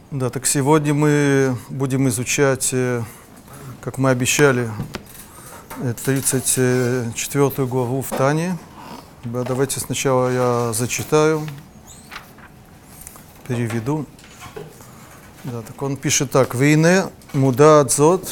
Да, так сегодня мы будем изучать, как мы обещали, 34 главу в Тане. Да, давайте сначала я зачитаю, переведу. Да, так он пишет так. «Вейне муда дзот,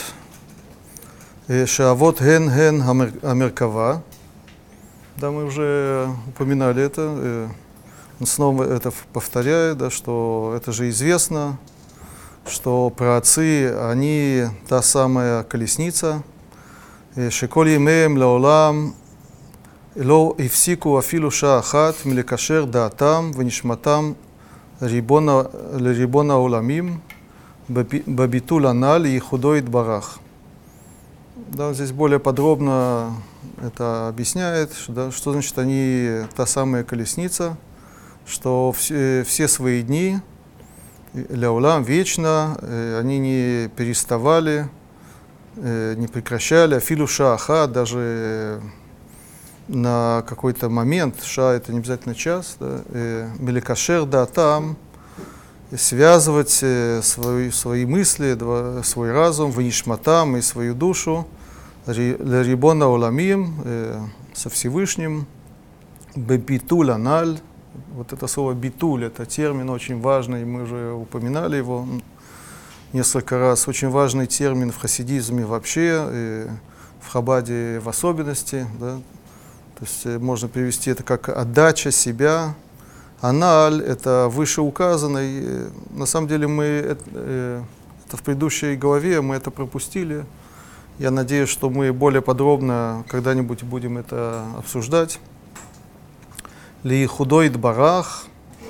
шаавот ген амеркава». Да, мы уже упоминали это. Он снова это повторяет, да, что это же известно, что праотцы, они та самая колесница. «Шеколь ямеем лаолам ло ифсику афилу ша ахат милекашер даатам венишматам лерибона оламим бабитул анал и худой дбарах». Да, здесь более подробно это объясняет, да, что значит они та самая колесница, что все свои дни, ляулам, вечно, они не переставали, не прекращали, афилу ша ахат, даже на какой-то момент, ша это не обязательно час, да, милекашер даатам, связывать свои мысли, свой разум, венишматам и свою душу, лерибона оламим, со Всевышним, бебитуль аналь. Вот это слово битуль, это термин очень важный, мы уже упоминали его несколько раз. Очень важный термин в хасидизме вообще, и в Хабаде в особенности. Да? То есть можно перевести это как отдача себя. Аналь — это вышеуказанный. На самом деле мы это в предыдущей главе мы это пропустили. Я надеюсь, что мы более подробно когда-нибудь будем это обсуждать. Ли худой дбарах,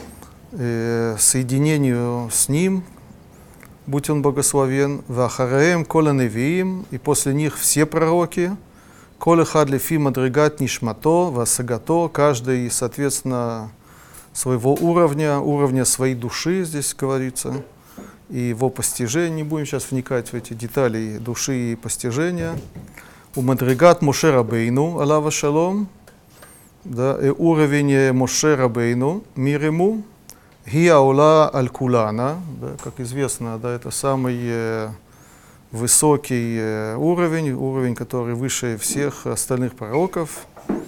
соединению с ним, будь он благословен, вахараем кола невиим, и после них все пророки, кола хад лефи мадригат нишмато, васагато, каждый, соответственно, своего уровня своей души, здесь говорится, и его постижения. Не будем сейчас вникать в эти детали души и постижения. У мадригат Моше Рабейну, алава шалом, да, и уровень Моше Рабейну, мир ему, гиаула аль-кулана, да, как известно, да, это самый высокий уровень, который выше всех остальных пророков.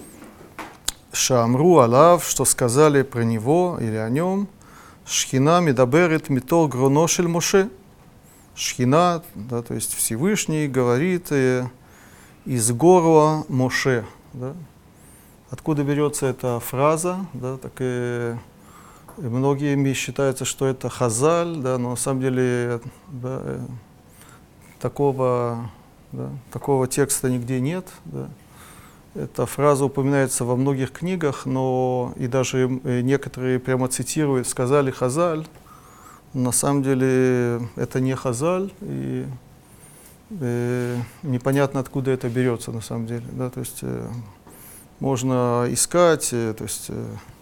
Шаамру алав, что сказали про него или о нем, Шхина медаберет митор гроношель Моше. Шхина, да, то есть Всевышний, говорит из горла Моше. Да. Откуда берется эта фраза? Да, так и многими считается, что это хазаль, да, но на самом деле да, такого текста нигде нет. Да. Эта фраза упоминается во многих книгах, но и даже некоторые прямо цитируют, сказали хазаль. На самом деле это не хазаль, и непонятно, откуда это берется на самом деле. Да, то есть можно искать, то есть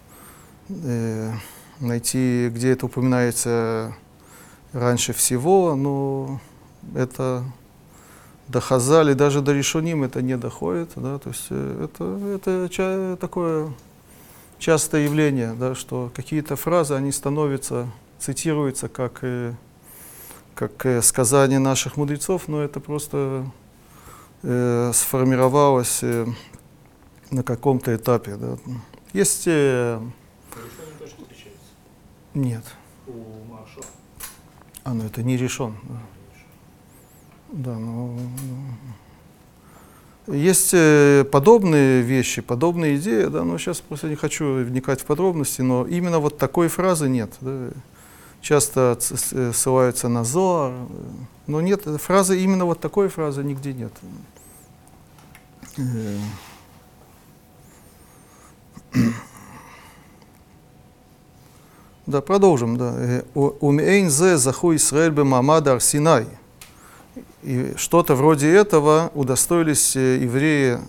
найти, где это упоминается раньше всего, но это до хазаль и даже до решоним это не доходит. Да, то есть это такое частое явление, да, что какие-то фразы, они цитируются как сказания наших мудрецов, но это просто сформировалось на каком-то этапе. Да. Есть... Решоним тоже встречается? Нет. У Маашо? Ну это не решен. Да, есть подобные вещи, подобные идеи, да, но сейчас просто не хочу вникать в подробности, но именно вот такой фразы нет. Да. Часто ссылаются на Зоар, но нет, фразы, именно вот такой фразы нигде нет. Да, продолжим. Да. «Умейн зе заху Исраэль бе-Маамад ар-Синай». И что-то вроде этого удостоились евреи,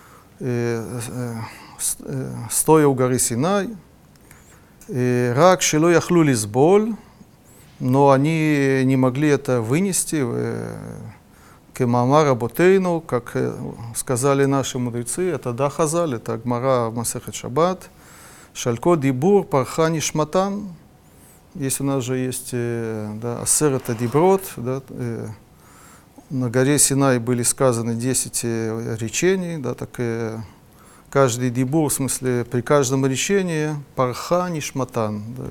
стоя у горы Синай. «Рак шело яхлу лизболь», но они не могли это вынести. «Кемаамар работейну», как сказали наши мудрецы, это да хазаль, это Гмара в Масехет Шаббат. «Шалько дибур парха нишматан». Есть у нас же есть да, Асерет Адиброд, да, на горе Синай были сказаны 10 речений, да, так каждый дибур, в смысле, при каждом речении парха нишматан, да,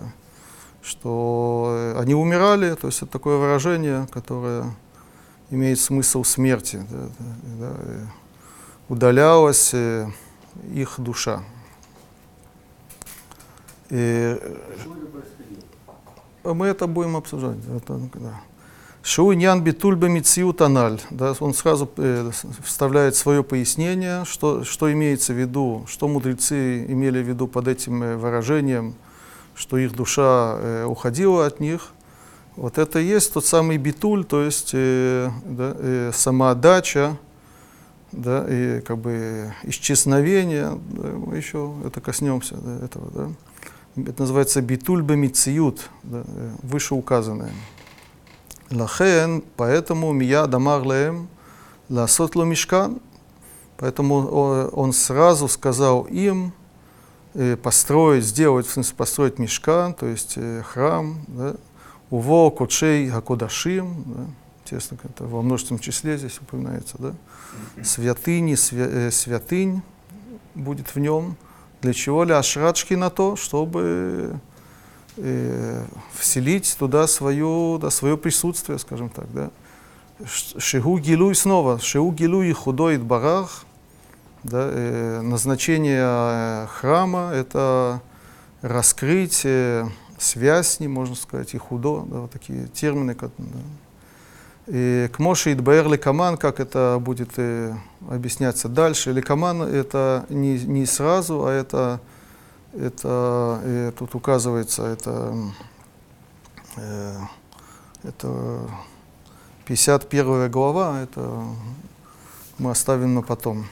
что они умирали, то есть это такое выражение, которое имеет смысл смерти, да, да, удалялась их душа. И мы это будем обсуждать. Шуиньян битуль бемициют аналь. Он сразу вставляет свое пояснение, что имеется в виду, что мудрецы имели в виду под этим выражением, что их душа уходила от них. Вот это и есть тот самый битуль, то есть самоотдача, да, и как бы исчезновение. Да, мы еще это коснемся, да, этого. Да. Это называется битуль бемициют, да, вышеуказанное. Лахен, поэтому мияд амар леем ласот ло мишкан. Поэтому он сразу сказал им построить, сделать, в смысле построить мишкан, то есть храм, да, уво кодшей хакодашим, да, интересно, это во множественном числе здесь упоминается, да, святыни, святынь будет в нем. Для чего? Для ашрачки на то, чтобы вселить туда свое присутствие, скажем так, да. Шигу гилуй снова, шигу гилуй худой барах, да, назначение храма — это раскрыть связь с ним, можно сказать, и худо, да, вот такие термины. Да. И к Моше идбаэр лекаман, как это будет объясняться дальше. Лекаман — это не сразу, а это тут указывается, это 51 глава, это мы оставим на потом.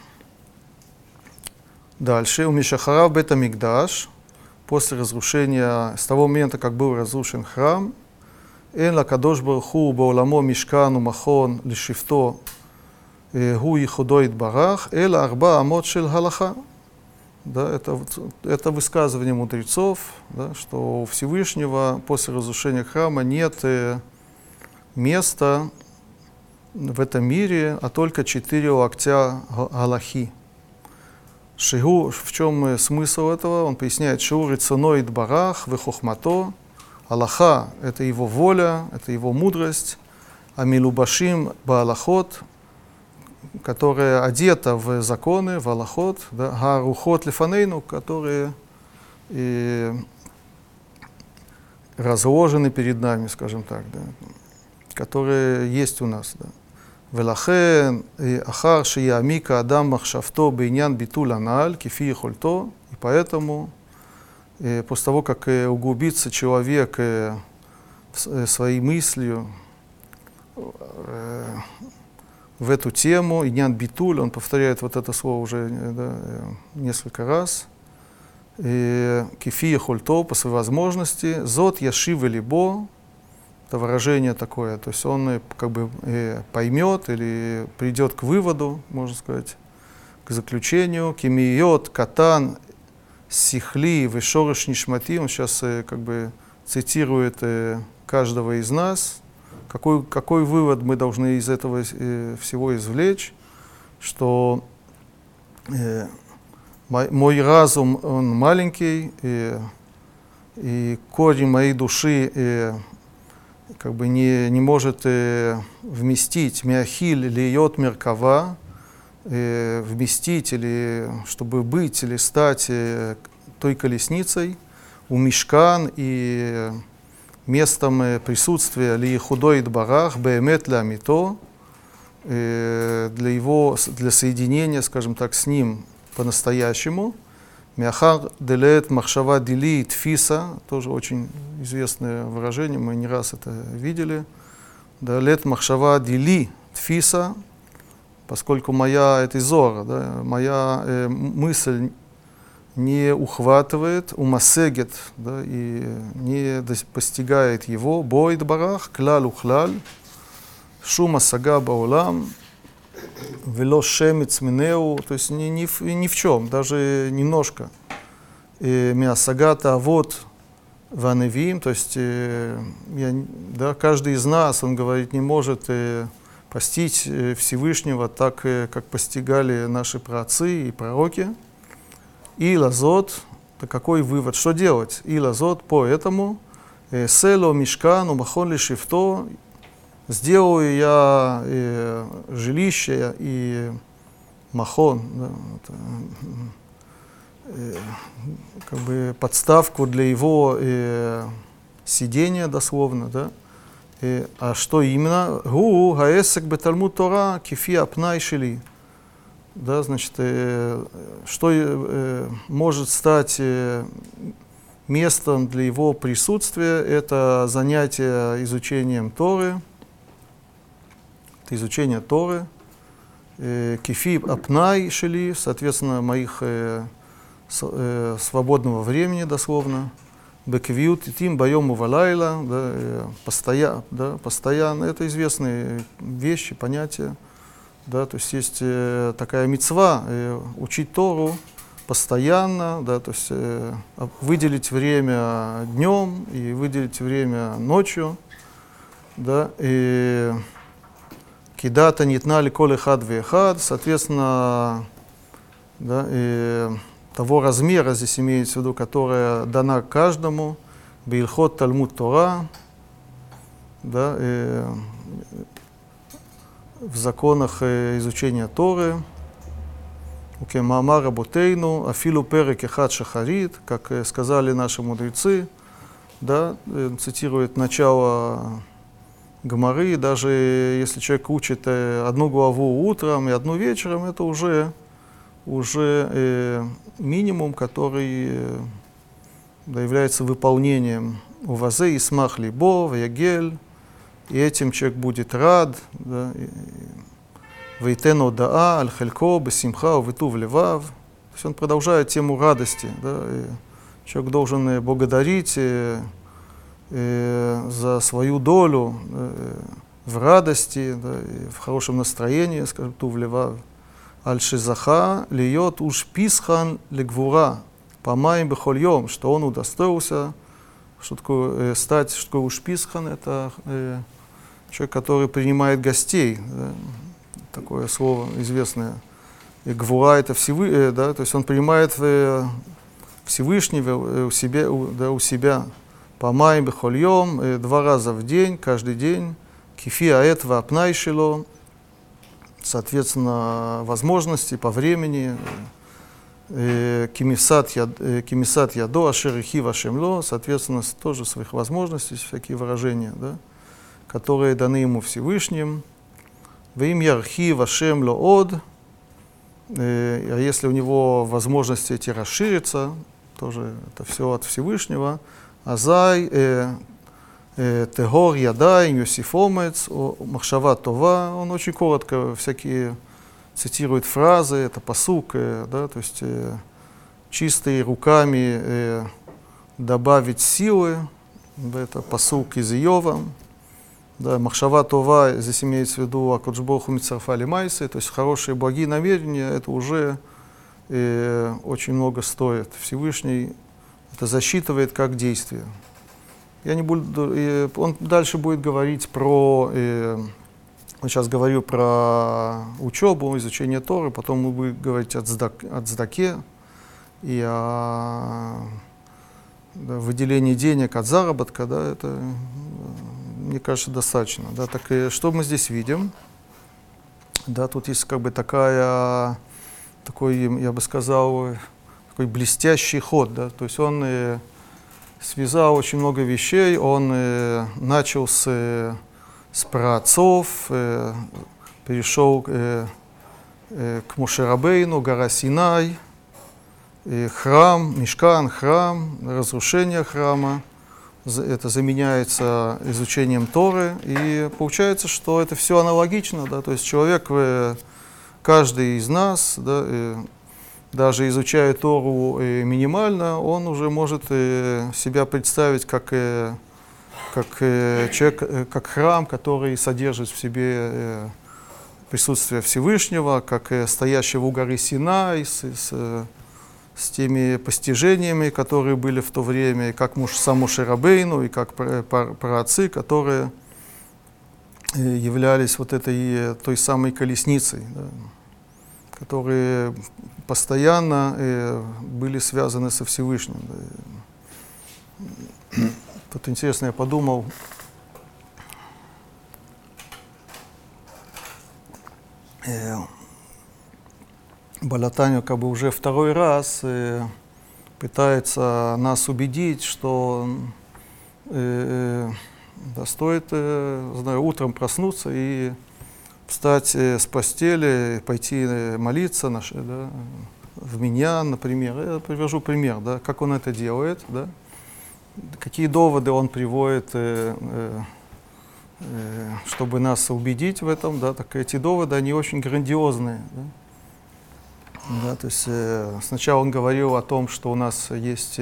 Дальше. У Мишахарав бет амикдаш, после разрушения, с того момента, как был разрушен храм, эн лакадош барух ху баоламо мишкан умахон лишифто гу йихудо йитбарах эла арба амот шель галаха. Да, это высказывание мудрецов, да, что у Всевышнего после разрушения храма нет места в этом мире, а только 4 локтя галахи. Шигу, в чем смысл этого? Он поясняет, шигу рецоной дбарах вехохмато. Аллаха — это его воля, это его мудрость, а милубашим баалахот, которая одета в законы, в аллахот, да, гарухот лефанейну, которые разложены перед нами, скажем так, да, которые есть у нас. Да. Велахен ахар шиямика адам махшавто бейнян битуль аналь кифи ехольто, и поэтому после того, как углубится человек своей мыслью в эту тему, иньян битуль, он повторяет вот это слово уже, да, несколько раз, кифи ехольто, по своей возможности, зот яшив либо, это выражение такое, то есть он как бы поймет или придет к выводу, можно сказать, к заключению, кимиот катан сихли вешорыш нишмати, он сейчас как бы цитирует каждого из нас, какой вывод мы должны из этого всего извлечь, что мой разум, он маленький, и корень моей души как бы не может вместить миахиль лиот меркава, вместить или чтобы быть или стать той колесницей у мишкан и местом присутствия ли худой дбарах беэмет лямито, для соединения, скажем так, с ним по-настоящему. Мяхар делет махшава дили тфиса, тоже очень известное выражение, мы не раз это видели. Делет махшава дили тфиса, поскольку моя, это зора, да, моя мысль не ухватывает, умасегет, да, и не постигает его, бойд барах, клаль ухлаль, шума сага баулам, вело шемец минеу, то есть ни в чем, даже немножко. Миасагата вот ваневим, то есть да, каждый из нас, он говорит, не может постичь Всевышнего так, как постигали наши праотцы и пророки. И лазот, какой вывод, что делать? И лазот, поэтому село мишкан умахон лишифто, сделаю я жилище и махон, да, как бы подставку для его сидения, дословно, да. А что именно? Гу гаэсек беталмуд Тора кифи апнай шели. Да, значит, что может стать местом для его присутствия, это занятие изучением Торы, это изучение Торы, кифи апнай шели, соответственно, моих свободного времени, дословно, беквиют тим байому валайла, да, постоянно, это известные вещи, понятия, да, то есть есть такая мицва учить Тору постоянно, да, то есть выделить время днем и выделить время ночью, да, и кидата нитнали коле хад вехад, соответственно, да, и того размера, здесь имеется в виду, которая дана каждому, беилхот Талмуд Тора, да, в законах изучения Торы, Маамар Работейну, Афилу Перек Эхад Шахарит, как сказали наши мудрецы, да, цитирует начало Гемары, даже если человек учит одну главу утром и одну вечером, это уже минимум, который да, является выполнением Увазе и Смах Либо, Ваягель, и этим человек будет рад, да, Вейтену Даа, Аль-Хелько, Бесимха, Увитув Левав. То есть он продолжает тему радости. Да, человек должен благодарить за свою долю в радости, да, в хорошем настроении, скажем, Тув Левав. Аль-Шизаха льет уж писхан легвура, помаем бехольем, что он удостоился, что такое стать, что такое уж писхан, это человек, который принимает гостей, да, такое слово известное. И гвура это Всевышний, да, то есть он принимает Всевышнего у себя, помаем бехольем, 2 раза в день, каждый день, кифи аэт ва апнай шело, соответственно, возможности по времени, кимисат ядо, ашерихи вашемло, соответственно, тоже своих возможностей, всякие выражения, да, которые даны ему Всевышним. Вим ярхи вашемло од, а если у него возможности эти расширятся, тоже это все от Всевышнего, азай Тегор ядай, Йосифомец, Махшава Това, он очень коротко всякие цитирует фразы, это пасук, да, то есть чистые руками добавить силы, да, это пасук из Иова, да, Махшава Това, здесь имеется в виду Акодж Боруху Мицарфали Майсы, то есть хорошие благие намерения, это уже очень много стоит. Всевышний это засчитывает как действие. Я не буду, он дальше будет говорить про, я сейчас говорю про учебу, изучение Торы, потом мы будем говорить о цдаке и о выделении денег от заработка, да, это, мне кажется, достаточно. Да, так и что мы здесь видим? Да, тут есть как бы такой, я бы сказал, такой блестящий ход, да, то есть он связал очень много вещей, он начал с праотцов, перешел к Моше Рабейну, гора Синай, храм, мишкан, храм, разрушение храма, это заменяется изучением Торы, и получается, что это все аналогично, да, то есть человек, каждый из нас, да, даже изучая Тору минимально, он уже может себя представить как человек, как храм, который содержит в себе присутствие Всевышнего, как стоящего у горы Синай с с теми постижениями, которые были в то время, и как сам Моше Рабейну, и как праотцы, которые являлись вот этой той самой колесницей, да, которые постоянно были связаны со Всевышним. Да. Тут интересно, я подумал, Балатаню как бы уже второй раз пытается нас убедить, что да, стоит знаю, утром проснуться и встать с постели, пойти молиться да, в миньян, например. Я привожу пример, да, как он это делает, да, какие доводы он приводит, чтобы нас убедить в этом. Да, так эти доводы, они очень грандиозные. Да. Да, то есть сначала он говорил о том, что у нас есть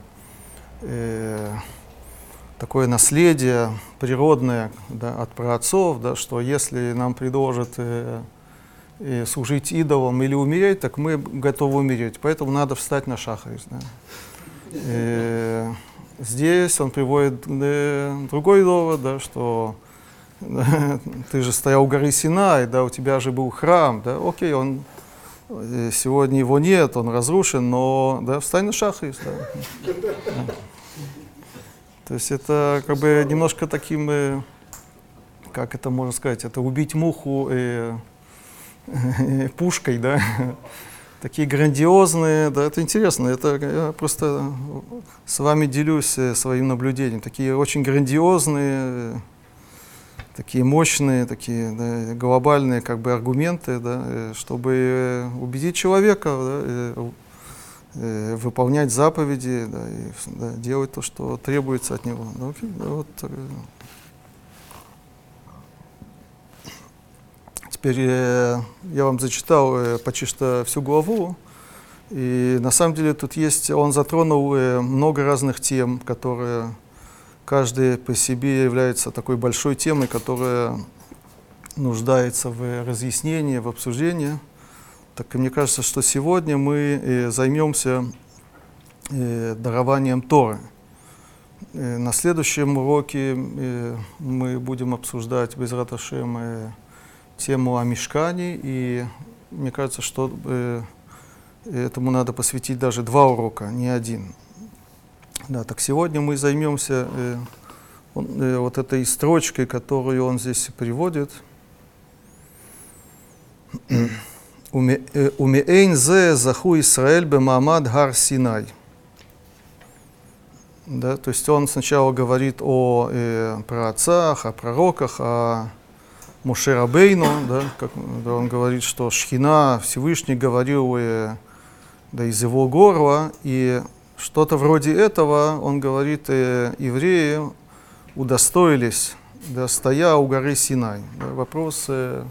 такое наследие природное, да, от праотцов, да, что если нам предложат служить идолам или умереть, так мы готовы умереть, поэтому надо встать на шахрис. Да. Здесь он приводит другой довод, да, что ты же стоял у горы Синай, да, у тебя же был храм, да, окей, он сегодня его нет, он разрушен, но да, встань на шахрис. Да. Да. То есть это как бы немножко таким, как это можно сказать, это убить муху пушкой, да. Такие грандиозные, да, это интересно, это я просто с вами делюсь своим наблюдением. Такие очень грандиозные, такие мощные, такие да, глобальные как бы аргументы, да, чтобы убедить человека, да, выполнять заповеди, да, и да, делать то, что требуется от него. Да, вот, теперь я вам зачитал почти что всю главу, и на самом деле тут есть, он затронул много разных тем, которые каждый по себе является такой большой темой, которая нуждается в разъяснении, в обсуждении. Так мне кажется, что сегодня мы займемся дарованием Торы. На следующем уроке мы будем обсуждать Безрат Ашем тему о мишкане, и мне кажется, что этому надо посвятить даже 2 урока, не 1. Да, так сегодня мы займемся вот этой строчкой, которую он здесь приводит. «Умеэйн зе заху Исраэль бемаамад гар Синай». Да, то есть он сначала говорит о праотцах, о пророках, о Моше Рабейну, да, да, он говорит, что Шхина, Всевышний говорил да, из его горла, и что-то вроде этого, он говорит, евреи удостоились, да, стоя у горы Синай. Да, вопрос,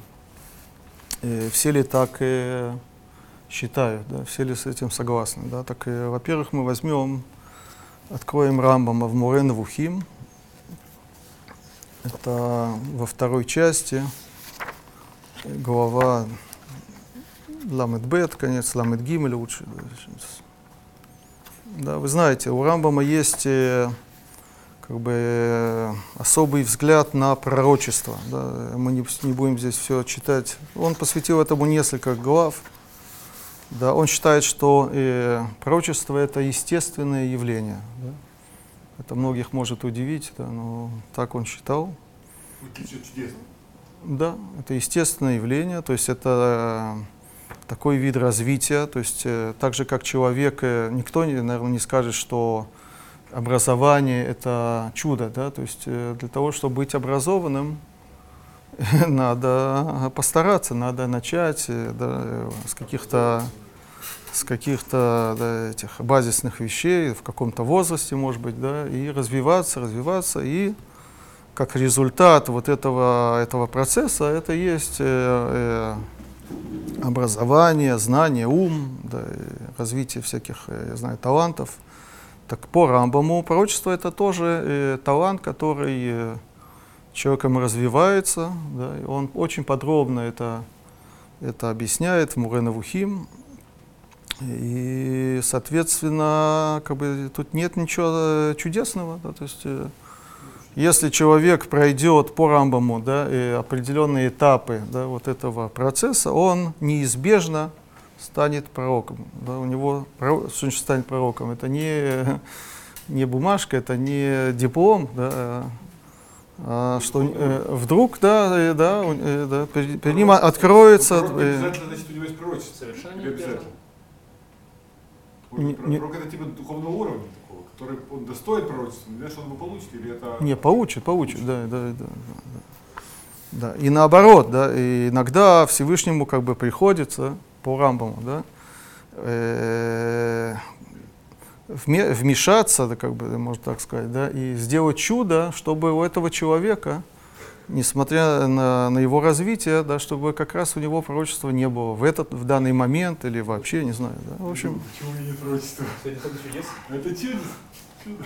все ли так считают, да, все ли с этим согласны. Да. Так, во-первых, мы возьмем, откроем Рамбама в Море Невухим. Это во 2 части, глава Ламед Бет, конец Ламед Гимель лучше. Да, вы знаете, у Рамбама есть как бы особый взгляд на пророчество. Да. Мы не будем здесь все читать. Он посвятил этому несколько глав. Да. Он считает, что пророчество — это естественное явление. Да. Это многих может удивить, да, но так он считал. Да, это естественное явление, то есть это такой вид развития, то есть так же, как человек, никто, наверное, не скажет, что образование — это чудо, да, то есть для того, чтобы быть образованным, надо постараться, надо начать да, с каких-то да, этих базисных вещей, в каком-то возрасте, может быть, да, и развиваться, и как результат вот этого процесса это есть образование, знание, ум, да, развитие всяких, я знаю, талантов. Так по Рамбаму пророчество — это тоже талант, который человеком развивается, да, и он очень подробно это объясняет в Море Невухим. И, соответственно, как бы тут нет ничего чудесного. Да, то есть, если человек пройдет по Рамбаму, да, и определенные этапы, да, вот этого процесса, он неизбежно станет пророком. Да, у него что значит станет пророком? Это не бумажка, это не диплом, да, что вдруг, перед ним откроется... Пророк обязательно, значит, у него есть пророчество. Совершенно Или обязательно? Пророк это типа духовного уровня такого, который он достоин пророчества, не знаешь, что он его получит, или это... Не, получит, да. Да. И наоборот, да, и иногда Всевышнему как бы приходится по Рамбаму, да, вмешаться, да, как бы, можно так сказать, да, и сделать чудо, чтобы у этого человека, несмотря на его развитие, да, чтобы как раз у него пророчества не было в данный момент или вообще, не знаю, да, в общем. Почему нет пророчества? Сегодня только чудес. Это чудо.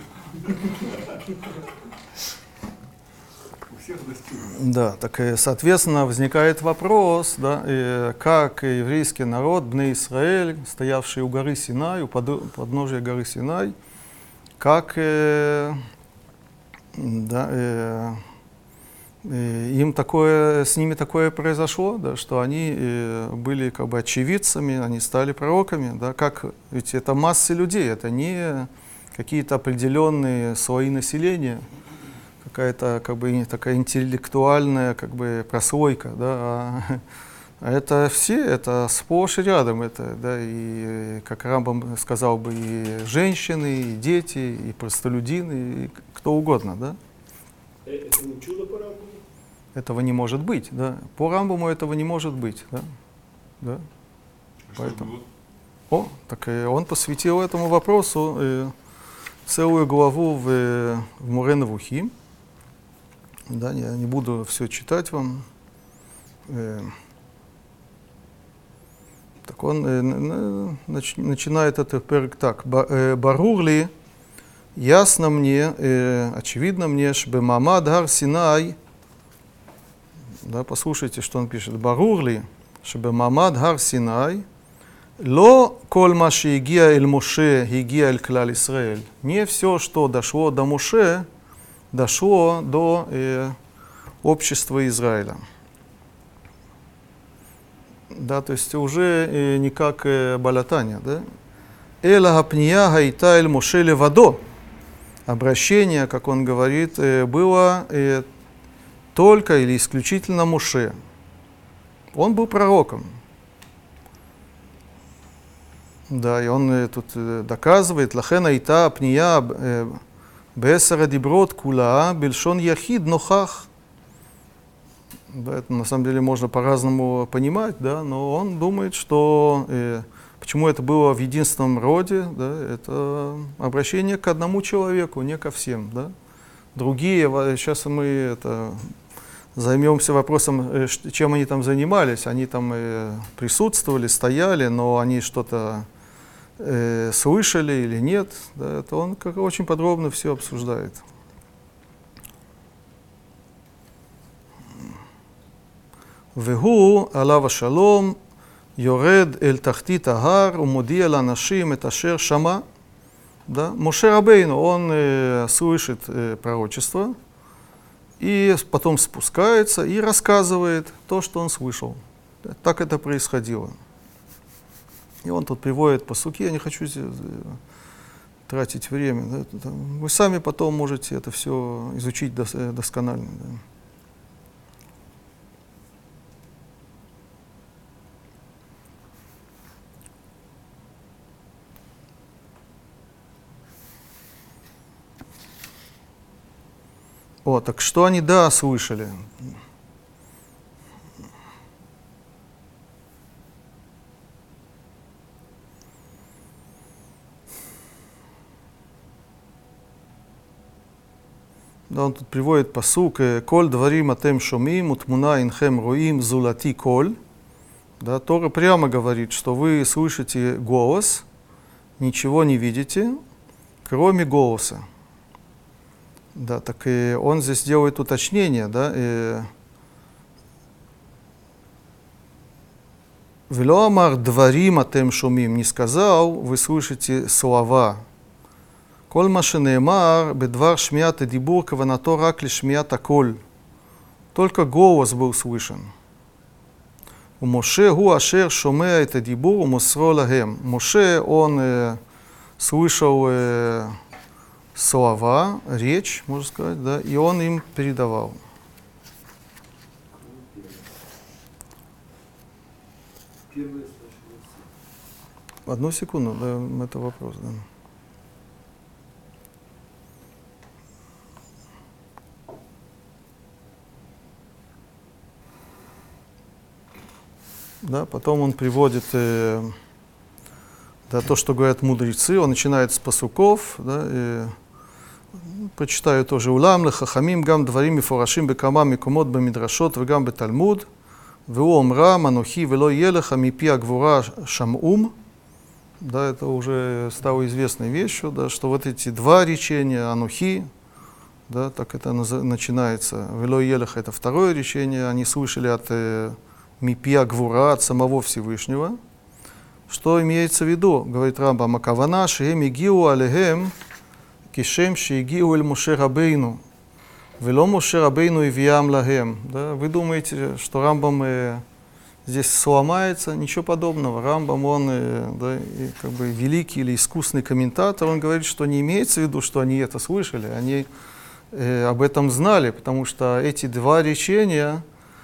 У всех достигнуто. Да, так и, соответственно, возникает вопрос, да, как еврейский народ, Бней Исраэль, стоявший у горы Синай, у подножия горы Синай, как с ними такое произошло, да, что они были как бы очевидцами, они стали пророками, да, ведь это массы людей, это не какие-то определенные слои населения, какая-то как бы такая интеллектуальная как бы прослойка, да, а это все, это сплошь и рядом, это, да, и, как Рамбам сказал бы, и женщины, и дети, и простолюдины, и кто угодно, да. Это не чудо по Рамбаму? Этого не может быть, да. По Рамбаму этого не может быть, да. Да. Поэтому. Так и он посвятил этому вопросу целую главу в Море Невухим. Да, я не буду все читать вам. Так он начинает это перек так. Барур ли, ясно мне, очевидно мне, что Мамад Гар Синай, да, послушайте, что он пишет. Барур ли, что Мамад Гар Синай, ло коль ма шеигия эль Моше, игия эль клаль Исраэль. Не все, что дошло до Моше, дошло до общества Израиля. Да, то есть уже не как Балатания, да? Эла гапния гайта эль Моше левадо. Обращение, как он говорит, было только или исключительно Моше. Он был пророком. Да, и он тут доказывает, лахен айта пния бесара диброд кула бельшон яхид нохах. Да, это на самом деле можно по-разному понимать, да, но он думает, что почему это было в единственном роде, да, это обращение к одному человеку, не ко всем, да. Другие, сейчас мы займемся вопросом, чем они там занимались. Они там присутствовали, стояли, но они что-то слышали или нет. Да, это он очень подробно все обсуждает. והוא, עליו השלום, יורד אל תחתית ההר ומודיע לאנשים את אשר שמע. Да? Моше Рабейну, он слышит пророчество, и потом спускается и рассказывает то, что он слышал. Так это происходило. И он тут приводит пасуки, я не хочу тратить время. Да? Вы сами потом можете это все изучить досконально. Да? Так что они, да, слышали? Да, он тут приводит пасук «Коль дварим атем шомим, утмуна инхем роим зулати коль». Да, Тора прямо говорит, что вы слышите голос, ничего не видите, кроме голоса. Да, так и он здесь делает уточнение, да, Вело амар дварим атем шумим, не сказал, вы слышите слова. Коль машинеемар бедвар шмията дибур каванато рак ли шмията коль. Только голос был слышен. У Моше гу ашер шомеа это дибур у мосро лагем. Моше, он слышал слова, речь, можно сказать, да, и он им передавал. Одну секунду, да, это вопрос, да. Да, потом он приводит да, то, что говорят мудрецы, он начинает с пасуков, да, прочитаю тоже улам лехахамим гам дварим мифорашим бекама микумот бамидрашот вегам бетальмуд веу омра манухи вело елеха мипи агвура шамум. Да, это уже стало известной вещью, да, что вот эти два речения анухи, да, так это начинается. Вело елеха это второе речение, они слышали от мипи агвура, от самого Всевышнего. Что имеется в виду? Говорит Рамбам, акавана шеем игиу алехем кишем шеигиу эль Моше Рабейну, вело Моше Рабейну ивиам лахем. Да, вы думаете, что Рамбам здесь сломается? Ничего подобного. Рамбам, он да, как бы великий или искусный комментатор, он говорит, что не имеется в виду, что они это слышали, они об этом знали, потому что эти два речения,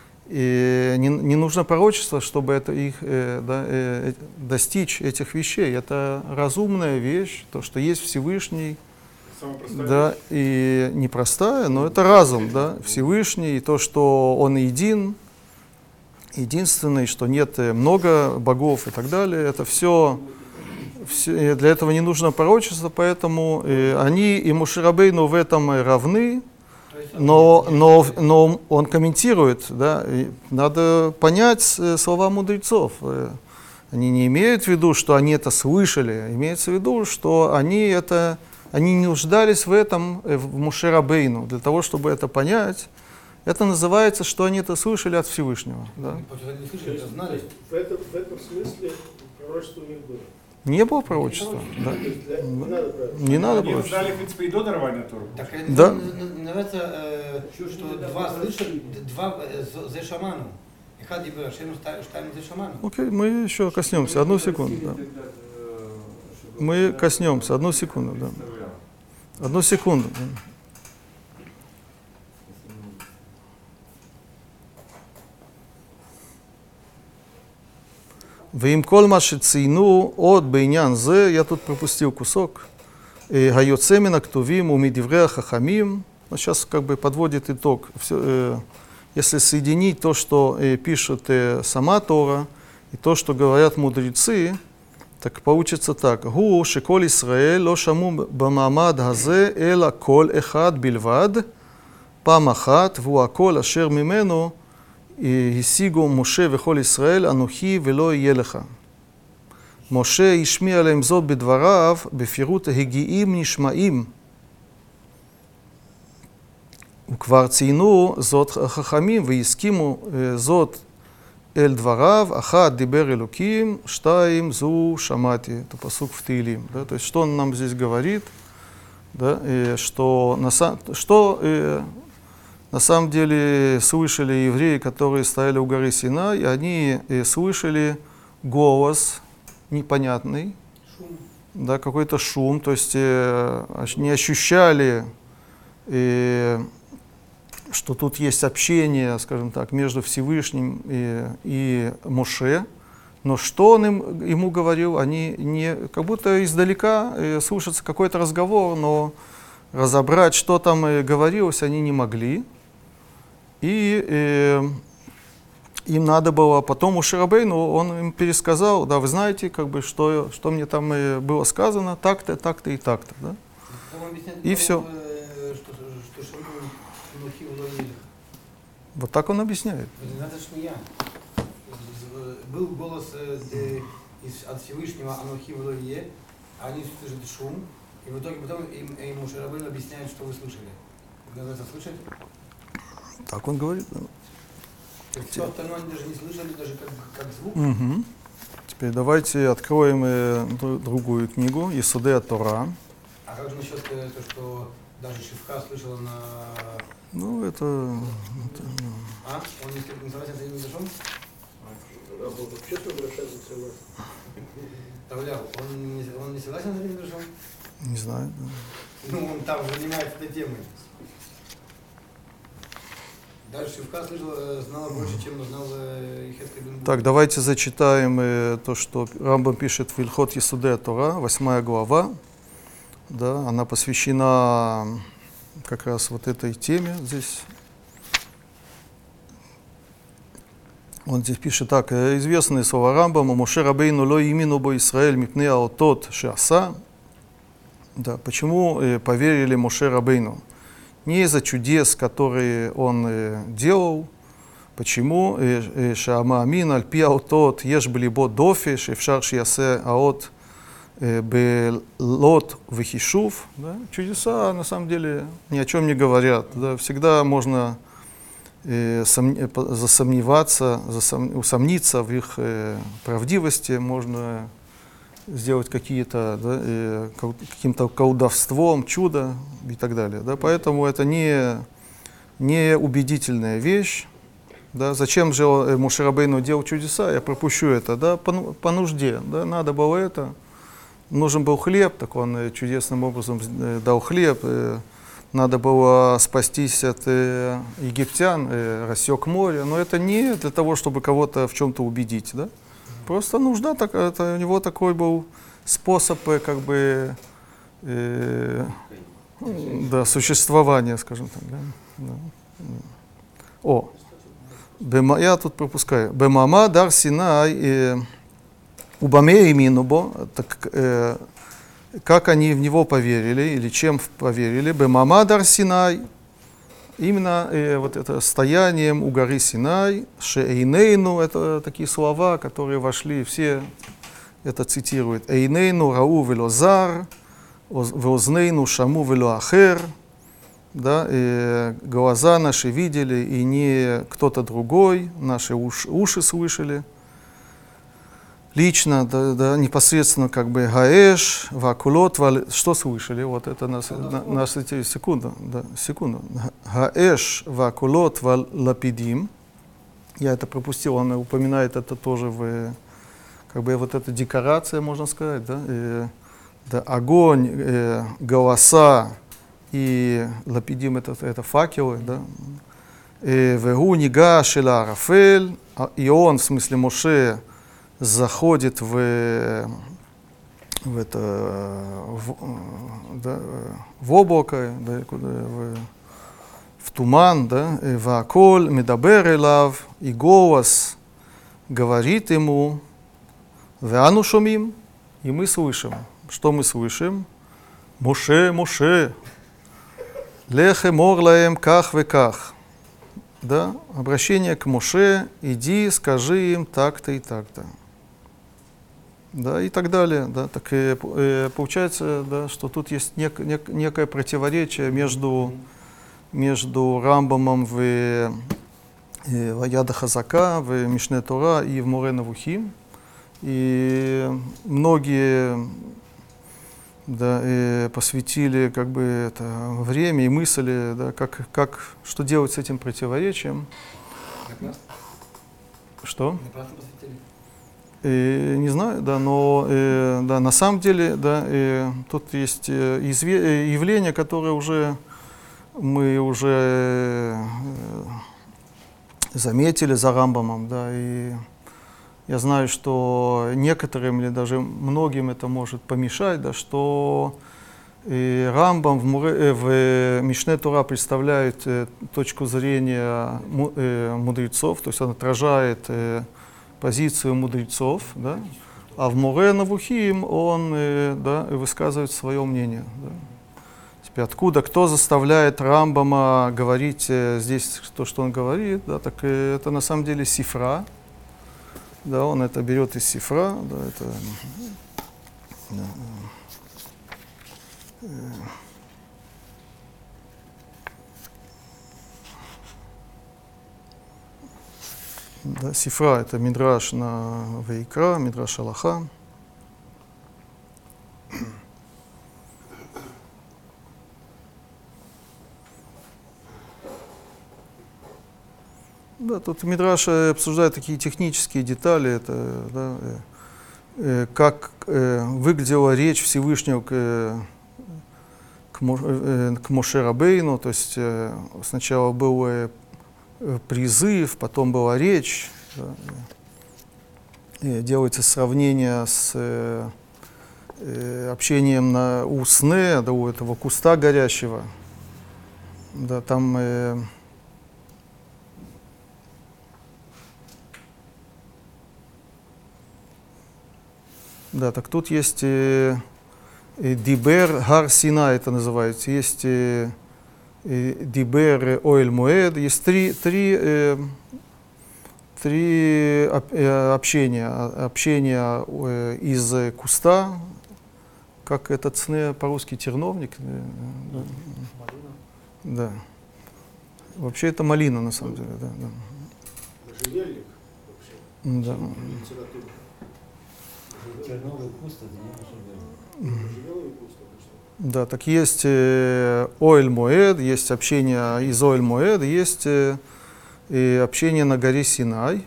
не нужно пророчество, чтобы это их, да, достичь этих вещей. Это разумная вещь, то, что есть Всевышний, да, и непростая, но это разум, да, Всевышний, и то, что Он един, единственный, что нет много богов и так далее. Это все для этого не нужно пророчество, поэтому они и Моше Рабейну в этом равны. Но он комментирует, да, надо понять слова мудрецов. Они не имеют в виду, что они это слышали, имеется в виду, что они не нуждались в этом, в Моше Рабейну. Для того, чтобы это понять, это называется, что они это слышали от Всевышнего. Да? В этом смысле пророчество у них было. Не было пророчества. Да. Не надо Они пророчества. знали, в принципе, и до дарования Торы. Так Да. называется, что два слышали, два зе шаману. Эхад дибер Ашем, штайм зе шаману. Окей, мы еще коснемся. Одну секунду. Да. Мы коснемся. Одну секунду. Да. Одну секунду. Да. Вим кол маши цейну от бейнян зе, я тут пропустил кусок, гайоцемина ктувим умидивреа хахамим. Сейчас как бы подводит итог. Если соединить то, что пишет сама Тора, и то, что говорят мудрецы, так получится так. Гу шекол Исраэль ло шаму бамамад хазе эла кол эхад бильвад памахат ву акол ашер мимену השיגו משה וכל ישראל, אנוכי ולא יהיה לך. משה השמיע עליהם זאת בדבריו, בפירוט הגיעים נשמעים. וכבר ציינו זאת חכמים והסכימו זאת אל דבריו, אחת דיבר אלוקים, שתיים זו שמעתי. Это пасук в Теилим. Да? То есть что он нам здесь говорит? Да? Что на самом деле слышали евреи, которые стояли у горы Синай, и они слышали голос непонятный, да, какой-то шум, то есть не ощущали, что тут есть общение, скажем так, между Всевышним и Моше. Но что он ему говорил, они не, как будто издалека слышится какой-то разговор, но разобрать, что там говорилось, они не могли. И им надо было, потом Моше Рабейну, он им пересказал, да, вы знаете, как бы, что мне там было сказано, так-то, так-то и так-то, да. И все. Вот так он объясняет. Был голос от Всевышнего Анухи Влое, они слышат шум, и в итоге потом им Моше Рабейну объясняет, что вы слышали. Вы это слышите? Так он говорит, да. Все остальное они даже не слышали, даже как звук. Мгм. Теперь давайте откроем другую книгу Исудей ат-Тора. А как же насчет то, что даже Шивка слышала на... Ну, это А? Он не согласен с этим Мидрашом? Рабов вообще соглашается согласен. Тавля, он не согласен с этим Мидрашом? не знаю. Да. Ну, он там занимается этой темой. Даже Шивка знала больше, чем знал Ихескель бен Буни. Так, давайте зачитаем то, что Рамбам пишет в Ильхот Исудей ат-Тора, 8 глава. Да, она посвящена как раз вот этой теме здесь. Он здесь пишет так: известные слова Рамбама: Моше Рабейну ло имину бо Исраэль мипней аотот шеаса. Да, почему поверили Моше Рабейну? Не из-за чудес, которые он делал. Почему? Шаама амин аль пи аотот еш блибо дофи шефшар шиясе аот белот вехишув. Чудеса на самом деле ни о чем не говорят. Да, всегда можно засомневаться, усомниться в их правдивости, можно сделать каким-то колдовством, чудо и так далее. Да? Поэтому это не убедительная вещь. Да? Зачем же Моше Рабейну делал чудеса? Я пропущу это. Да? По нужде. Да? Надо было это. Нужен был хлеб, так он чудесным образом дал хлеб. Надо было спастись от египтян, рассек море. Но это не для того, чтобы кого-то в чем-то убедить. Да? Просто нужда, это у него такой был способ как бы да, существования, скажем так. Да? Да. Я тут пропускаю. Бемама дар Синай убаме иминубо. Как они в него поверили, или чем поверили? Бемама дар Синай. Именно вот это стоянием у горы Синай, шеэйнейну, это такие слова, которые вошли, все это цитируют. Эйнейну рау вело зар, веознейну шаму вело ахер. Да, глаза наши видели, и не кто-то другой, наши уши слышали. Лично, да, непосредственно как бы гаэш, вакулот, что слышали? Вот это нас секунду. Гаэш, вакулот, лапидим. Я это пропустил, он упоминает это тоже в, как бы вот эта декорация, можно сказать, да? Да, огонь, голоса и лапидим это факелы, да? Вегу нига шела Рафель, и он, в смысле Моше, заходит в облако, да, в туман, да, вааколь медабер элав, и голос говорит ему, веану шумим, и мы слышим. Что мы слышим? Моше, Моше, лехе мор лаэм ках веках. Да, обращение к Моше, иди, скажи им так-то и так-то. Да, и так далее. Да. Так получается, да, что тут есть некое противоречие между Рамбамом в Яда Хазака, в Мишне Тора и в Море Навухим. И многие да, посвятили как бы это время и мысли, да, что делать с этим противоречием. Что? Не знаю, да, но да, на самом деле да, тут есть явление, которое мы уже заметили за Рамбамом, да, и я знаю, что некоторым или даже многим это может помешать, да, что Рамбам в Мишне Тора представляет точку зрения мудрецов, то есть он отражает позицию мудрецов, да, а в Море Навухим он да, высказывает свое мнение. Да. Теперь откуда, кто заставляет Рамбама говорить здесь то, что он говорит, да, так это на самом деле сифра. Да, он это берет из сифра. Да, это, да, Да, Сифра — это мидраш на Ваикра, мидраш Алаха. Да, тут мидраш обсуждает такие технические детали, это, да, как выглядела речь Всевышнего к Моше Рабейну, то есть сначала был призыв, потом была речь, да, и делается сравнение с общением у сне, да, у этого куста горящего, да, там да, так тут есть Дибер Гар Синай, это называется, есть Дибер Оэль Моэд, есть три общения из куста, как этот сне по-русски терновник. Да. Вообще это малина на самом деле. Да, да. Можжевельник вообще. Да. Литература. Терновый куст, это не можжевельник. Можжевеловый куст обычно. Да, так есть Оэль Моэд, есть общение из Оэль Моэд, есть и общение на горе Синай.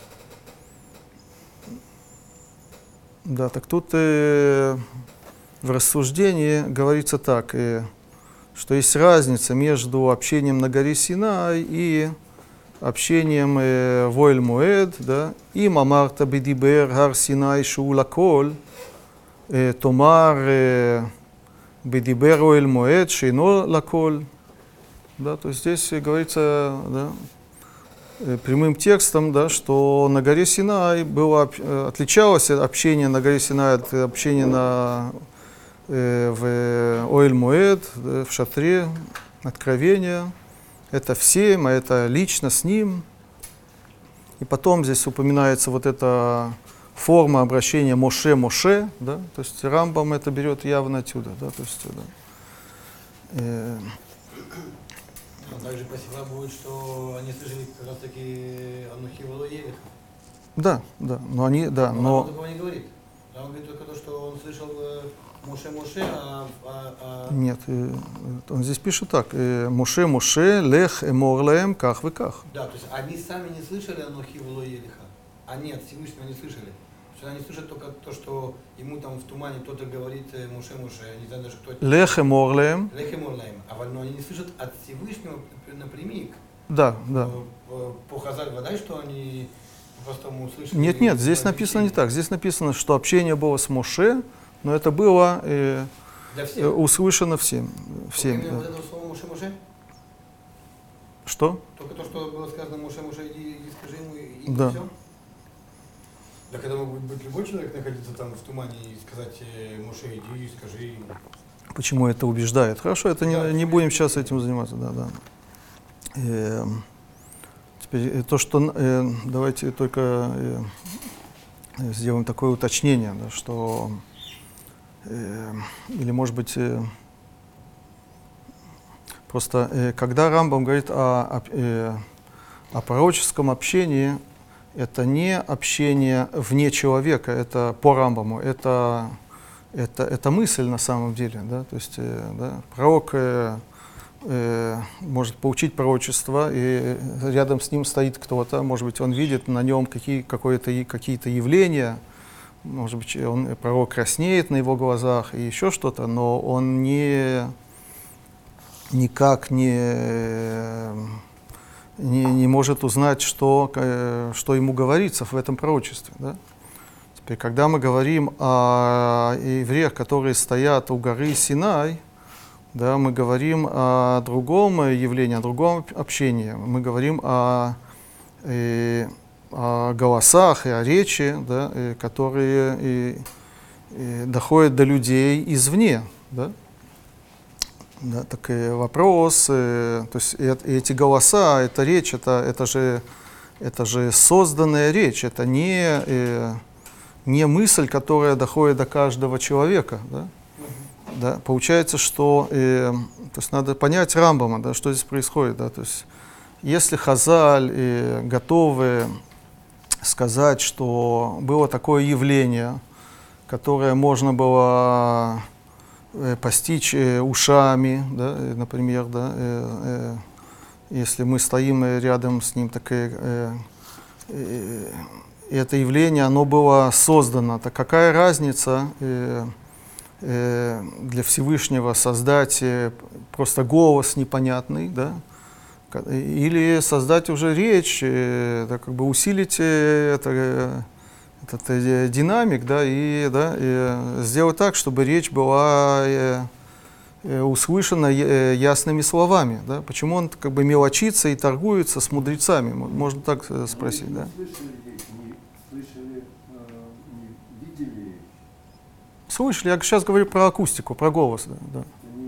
Да, так тут в рассуждении говорится так, что есть разница между общением на горе Синай и общением в Оэль Моэд, да, и Мамарта бедибер Гар Синай шула кол, Томар бедибер Оэль Моэд шейно лаколь. Да, то есть здесь говорится, да, прямым текстом, да, что на горе Синай отличалось общение на горе Синай от общения в Оэль Моэд, да, в шатре откровения. Это всем, а это лично с ним. И потом здесь упоминается вот эта форма обращения Моше-Моше, да, то есть Рамбам это берет явно отсюда, да, то есть, да. Также по Сифра будет, что они слышали как раз таки Анухи Валуелиха. Да, да, но они, да, Но... Он но... такого не говорит. Он говорит только то, что он слышал Моше-Моше, Нет, он здесь пишет так, Моше-Моше, лех эмор лаэм, ках вы ках. Да, то есть они сами не слышали Анухи Валуелиха. Они от Всевышнего не слышали. То есть они слышат только то, что ему там в тумане кто-то говорит Моше-Моше, я не знаю даже кто это. Лех эмор лаэм. Лех эмор лаэм. Но они не слышат от Всевышнего напрямик. Да, да. По Хазаль вода, что они по-простому услышали. Нет, нет, здесь написано не так. Здесь написано, что общение было с Моше, но это было услышано всем. Именно Да. вот это слово Моше-Моше? Что? Только то, что было сказано Моше-Моше, иди скажи ему, и Да. все? Да когда мог быть любой человек находиться там в тумане и сказать Моше, иди, скажи ему. Почему это убеждает? Хорошо, это не будем сейчас этим заниматься. Да, да. Теперь то, что давайте только сделаем такое уточнение, да, что или может быть просто когда Рамбам говорит о пророческом общении, это не общение вне человека, это по Рамбаму, это мысль на самом деле, да, то есть да, пророк может получить пророчество, и рядом с ним стоит кто-то, может быть, он видит на нем какие-то явления, может быть, пророк краснеет на его глазах и еще что-то, но он никак не может узнать, что ему говорится в этом пророчестве. Да? Теперь, когда мы говорим о евреях, которые стоят у горы Синай, да, мы говорим о другом явлении, о другом общении. Мы говорим о голосах и о речи, да, которые доходят до людей извне. Да? Да, так вопрос, то есть эти голоса, эта речь, это же созданная речь, это не мысль, которая доходит до каждого человека. Да? Да, получается, что то есть надо понять Рамбама, да, что здесь происходит. Да, то есть, если Хазаль готовы сказать, что было такое явление, которое можно было постичь ушами, да, например, да, если мы стоим рядом с ним, так это явление, оно было создано. Так какая разница для Всевышнего создать просто голос непонятный, да, или создать уже речь, да, как бы усилить этот динамик, да, и сделать так, чтобы речь была услышана ясными словами. Да? Почему он как бы мелочится и торгуется с мудрецами? Можно так спросить. Да? Слышали, я сейчас говорю про акустику, про голос. Да, да.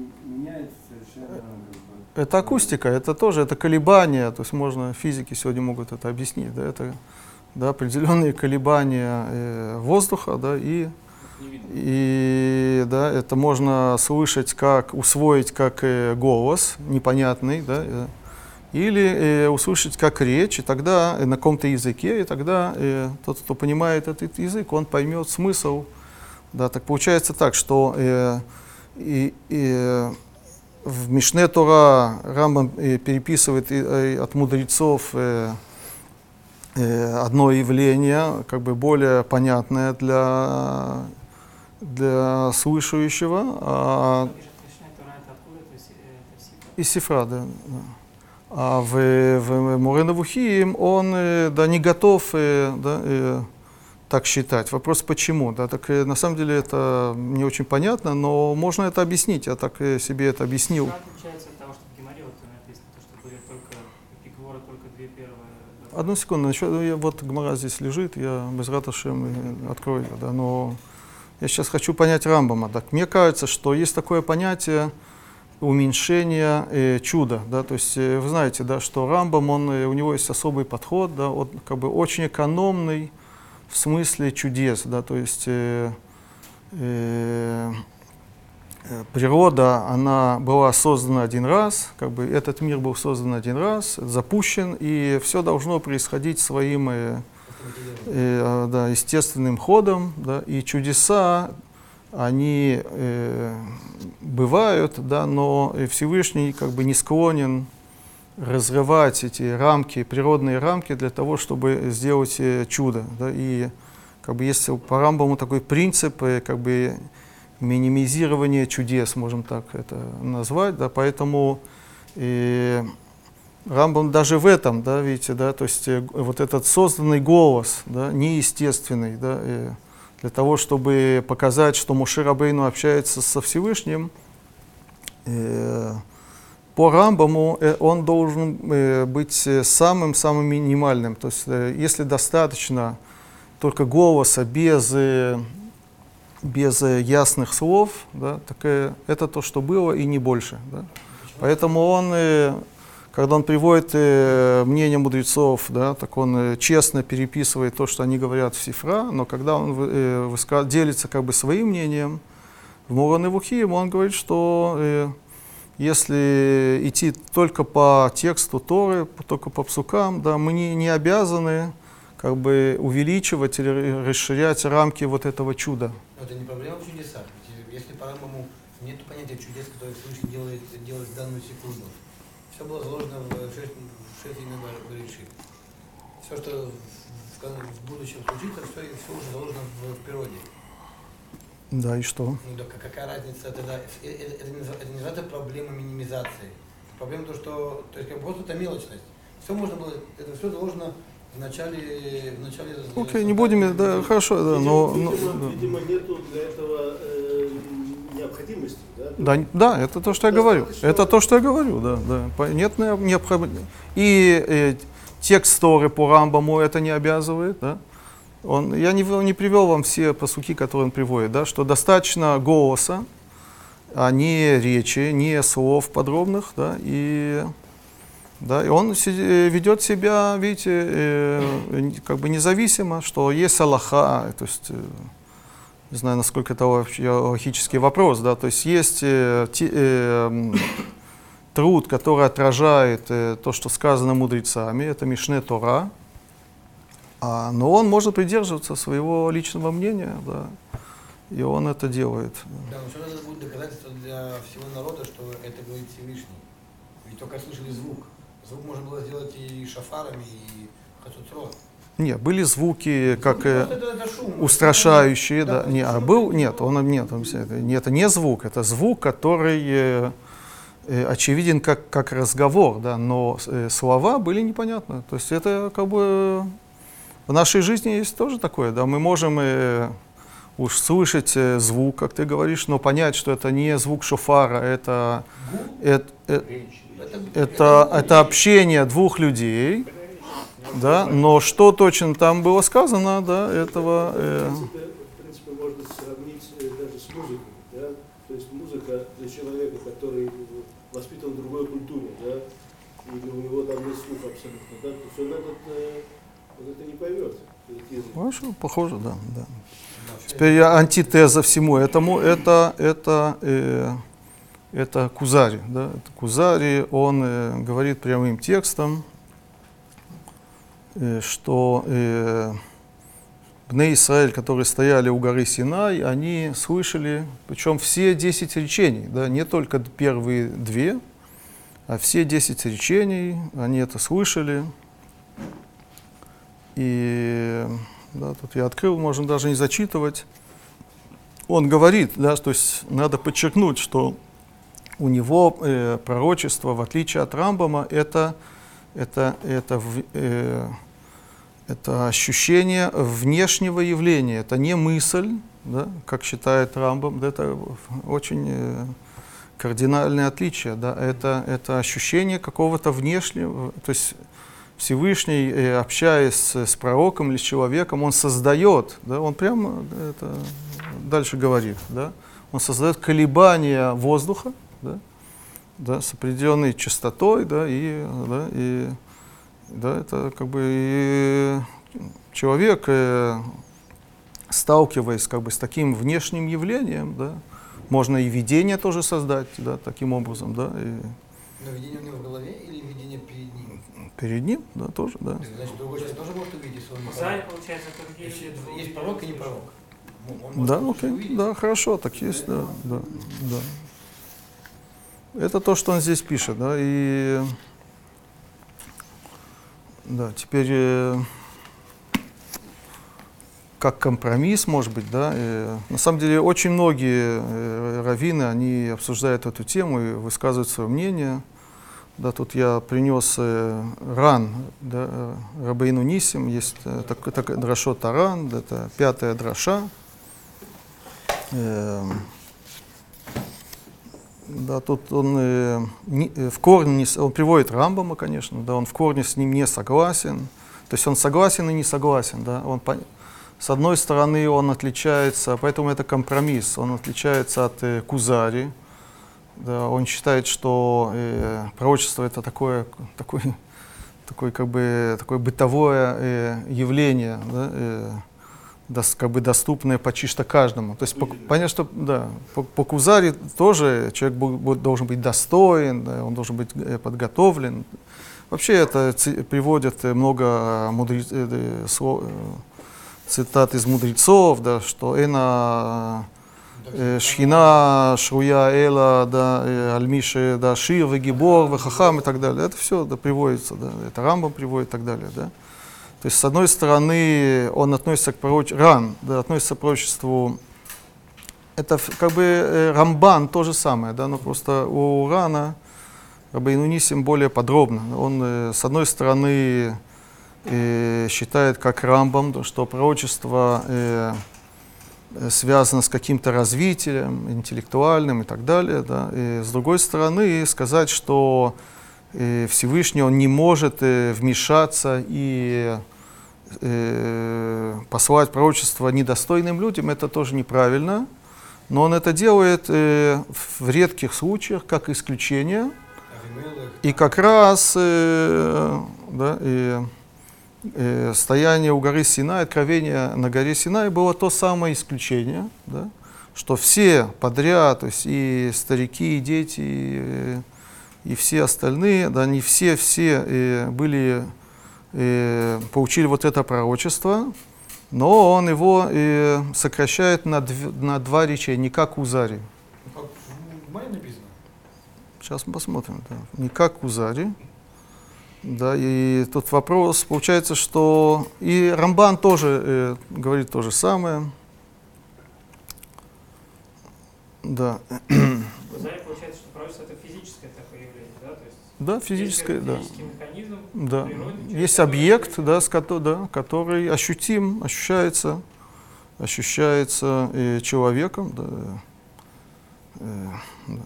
Это акустика, это тоже, это колебания, то есть можно, физики сегодня могут это объяснить, да, это, да, определенные колебания воздуха, да, и да, это можно слышать, как, усвоить как голос непонятный, да, или услышать как речь, и тогда на каком-то языке, и тогда тот, кто понимает этот язык, он поймет смысл. Да, так получается так, что в Мишне Тора Рамбам переписывает от мудрецов одно явление, как бы более понятное для слышащего. Из Сифра, да. А в Море Невухим он да, не готов да, так считать. Вопрос почему? Да, так, на самом деле это не очень понятно, но можно это объяснить. Я так себе это объяснил. Что отличается от того, что в Гемаре вот написано, то, что были только Пиквора, только две первые? Да? Одну секунду, вот Гемара здесь лежит, я без раташем открою ее, да, но я сейчас хочу понять Рамбама. Так, мне кажется, что есть такое понятие уменьшения чуда, да, то есть вы знаете, да, что Рамбам, у него есть особый подход, да, он как бы очень экономный в смысле чудес, да, то есть природа, она была создана один раз, как бы этот мир был создан один раз, запущен, и все должно происходить своим да, естественным ходом, да, и чудеса, они бывают, да, но Всевышний как бы не склонен разрывать эти рамки, природные рамки для того, чтобы сделать чудо. Да, и как бы есть по Рамбаму такой принцип как бы минимизирования чудес, можем так это назвать, да, поэтому Рамбам даже в этом, да, видите, да, то есть вот этот созданный голос, да, неестественный, да, для того, чтобы показать, что Моше Рабейну общается со Всевышним, по Рамбаму он должен быть самым-самым минимальным. То есть если достаточно только голоса без ясных слов, да, так это то, что было, и не больше. Да. Поэтому он, когда он приводит мнение мудрецов, да, так он честно переписывает то, что они говорят в Сифра, но когда он делится как бы своим мнением, в Море Невухим он говорит, что если идти только по тексту Торы, только по псукам, да, мы не обязаны как бы увеличивать или расширять рамки вот этого чуда. Но это не проблема в чудесах. Если по Рамбаму нет понятия чудес, которые Всевышний делает в данную секунду. Все было заложено в шесть имен Берешит. Все, что в будущем случится, все уже заложено в природе. Да, и что? Ну да, какая разница тогда? Это не называется проблема минимизации. Проблема то, что то есть как просто это мелочность. Все можно было, это все заложено в начале. Окей, не будем, да, хорошо, да, но видимо, нету для этого необходимости, да? Да, это то, что я говорю. Это то, что я говорю, да, да. Нет необходимости. И текст Торы по Рамбаму это не обязывает, да. Я не привел вам все пасуки, которые он приводит, да, что достаточно голоса, а не речи, не слов подробных, да, и он ведет себя, видите, как бы независимо, что есть алаха, то есть, не знаю, насколько это вообще логический вопрос, да, то есть есть труд, который отражает то, что сказано мудрецами, это Мишне Тора. Но он может придерживаться своего личного мнения, да, и он это делает. Да, но все надо будет доказательство для всего народа, что это говорит Всевышний. Ведь только слышали звук. Звук можно было сделать и шафарами, и хацуцрот. Нет, были звуки, как Это шум. устрашающие, да. Да, Не, это а шум, был, это нет, это не звук, это звук, который очевиден как разговор, да, но слова были непонятны. То есть это как бы в нашей жизни есть тоже такое, да, мы можем уж слышать звук, как ты говоришь, но понять, что это не звук шофара, это общение двух людей, да, но что точно там было сказано, да, этого... В принципе, можно сравнить даже с музыкой, да? То есть музыка для человека, который воспитан в другой культуре, да, или у него там нет слуха абсолютно, да, то есть он это не поймет, этот язык. Хорошо, похоже, да, да. Теперь антитеза всему этому, это Кузари, да, это Кузари, он говорит прямым текстом, что Бней Исраэль, которые стояли у горы Синай, они слышали, причем все 10 речений, да, не только первые 2, а все 10 речений, они это слышали. И да, тут я открыл, можно даже не зачитывать. Он говорит, да, то есть надо подчеркнуть, что у него пророчество, в отличие от Рамбама, это ощущение внешнего явления, это не мысль, да, как считает Рамбам, да, это очень кардинальное отличие, да, это ощущение какого-то внешнего, то есть Всевышний, общаясь с пророком или с человеком, он создает, да, он прямо это дальше говорит, да, он создает колебания воздуха, да, с определенной частотой, да, это как бы и человек, сталкиваясь как бы с таким внешним явлением, да, можно и видение тоже создать, да, таким образом, да. Но видение у него в голове или видение перед ним? Перед ним, да, тоже, да. Значит, другой человек тоже может увидеть свой Кузари, получается, это другие Если люди. есть пророк и не пророк. Он может Да, что-то окей, увидеть. да, хорошо, так есть, да. Это то, что он здесь пишет, да, и да, теперь как компромисс, может быть, да, на самом деле очень многие раввины, они обсуждают эту тему и высказывают свое мнение. Да, тут я принес Ран, да, Рабейну Нисим, есть такой драшот Аран, это 5-я драша. Да, тут он в корне, он приводит Рамбама, конечно, да, он в корне с ним не согласен. То есть он согласен и не согласен, да, с одной стороны он отличается, поэтому это компромисс, он отличается от Кузари. Да, он считает, что пророчество это такое как бы такое бытовое явление, да, как бы доступное почти что каждому. То есть понятно, что да, по Кузари тоже человек должен быть достоин, да, он должен быть подготовлен. Вообще это приводит много цитат из мудрецов, да, что Шхина, Шруя, Эла, да, Альмиши, да, Шир, Вегибор, Вехахам и так далее. Это все, да, приводится, да, это Рамбам приводит и так далее, да. То есть, с одной стороны, он относится к Ран, да, относится к пророчеству, это как бы Рамбан то же самое, да, но просто у Рана Рабейну Нисим более подробно. Он, с одной стороны, считает, как Рамбам, что пророчество связано с каким-то развитием интеллектуальным и так далее. Да. И с другой стороны, сказать, что Всевышний он не может вмешаться и послать пророчество недостойным людям, это тоже неправильно. Но он это делает в редких случаях, как исключение. И как раз стояние у горы Синай, откровение на горе Синай было то самое исключение, да, что все подряд, то есть и старики, и дети, и все остальные, да, не все были получили вот это пророчество, но он его сокращает на два речения, не как Узари. Как в Гемаре написано. Сейчас мы посмотрим. Да. Не как Узари. Да, и тут вопрос, получается, что и Рамбан тоже говорит то же самое. Да. Узари получается, что пророчество это физическое такое явление, да? То есть Да, физическое, да. физический механизм Да. природы, через Есть который объект, да, который ощутим, ощущается человеком. Да. Да.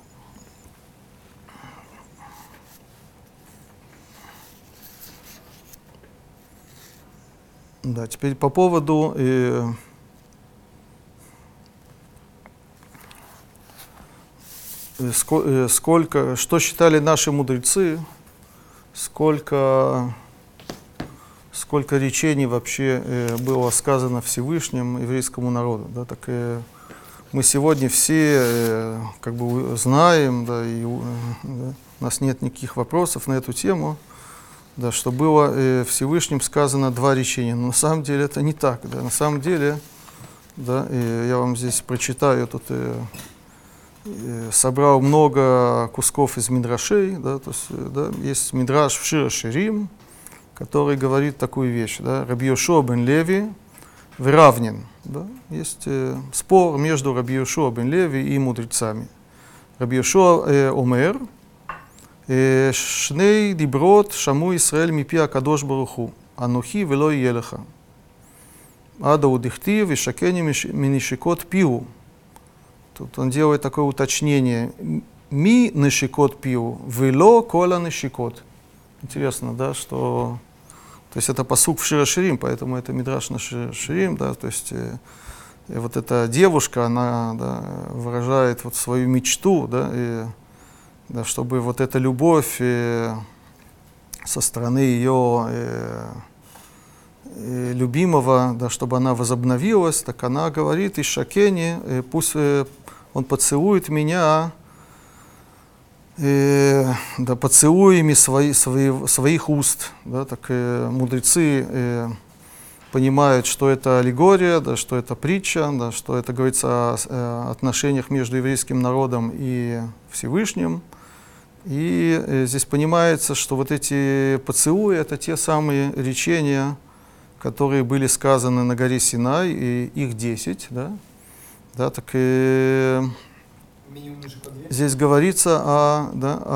Да, теперь по поводу сколько, что считали наши мудрецы, сколько речений вообще было сказано Всевышним еврейскому народу. Да, так мы сегодня все как бы знаем, да, и да, у нас нет никаких вопросов на эту тему, да, что было Всевышним сказано два речения. Но на самом деле это не так. Да, на самом деле, да, я вам здесь прочитаю, тут собрал много кусков из мидрашей, да, то есть, да, есть мидраш в Шир Ширим, который говорит такую вещь, да, Раби Йошуа бен Леви выравнен. Да, есть спор между Раби Йошуа бен Леви и мудрецами. Раби Йошуа омер, шней диброт шаму Исраэль мипи акадош баруху, анухи вело йе леха. Ада удихтив и шакени минишикот пиу. Тут он делает такое уточнение. Ми нишикот пиу, вело кола нишикот. Интересно, да, что... То есть это пасук в Шир Ширим, поэтому это мидраш на Шир Ширим, да, то есть вот эта девушка, она, да, выражает вот свою мечту, да, да, чтобы вот эта любовь со стороны ее любимого, да, чтобы она возобновилась, так она говорит Ишакени, пусть он поцелует меня, да, поцелуями своих уст. Да, так мудрецы понимают, что это аллегория, да, что это притча, да, что это говорится о отношениях между еврейским народом и Всевышним. И здесь понимается, что вот эти поцелуи — это те самые речения, которые были сказаны на горе Синай, и их 10. Да, да, так здесь говорится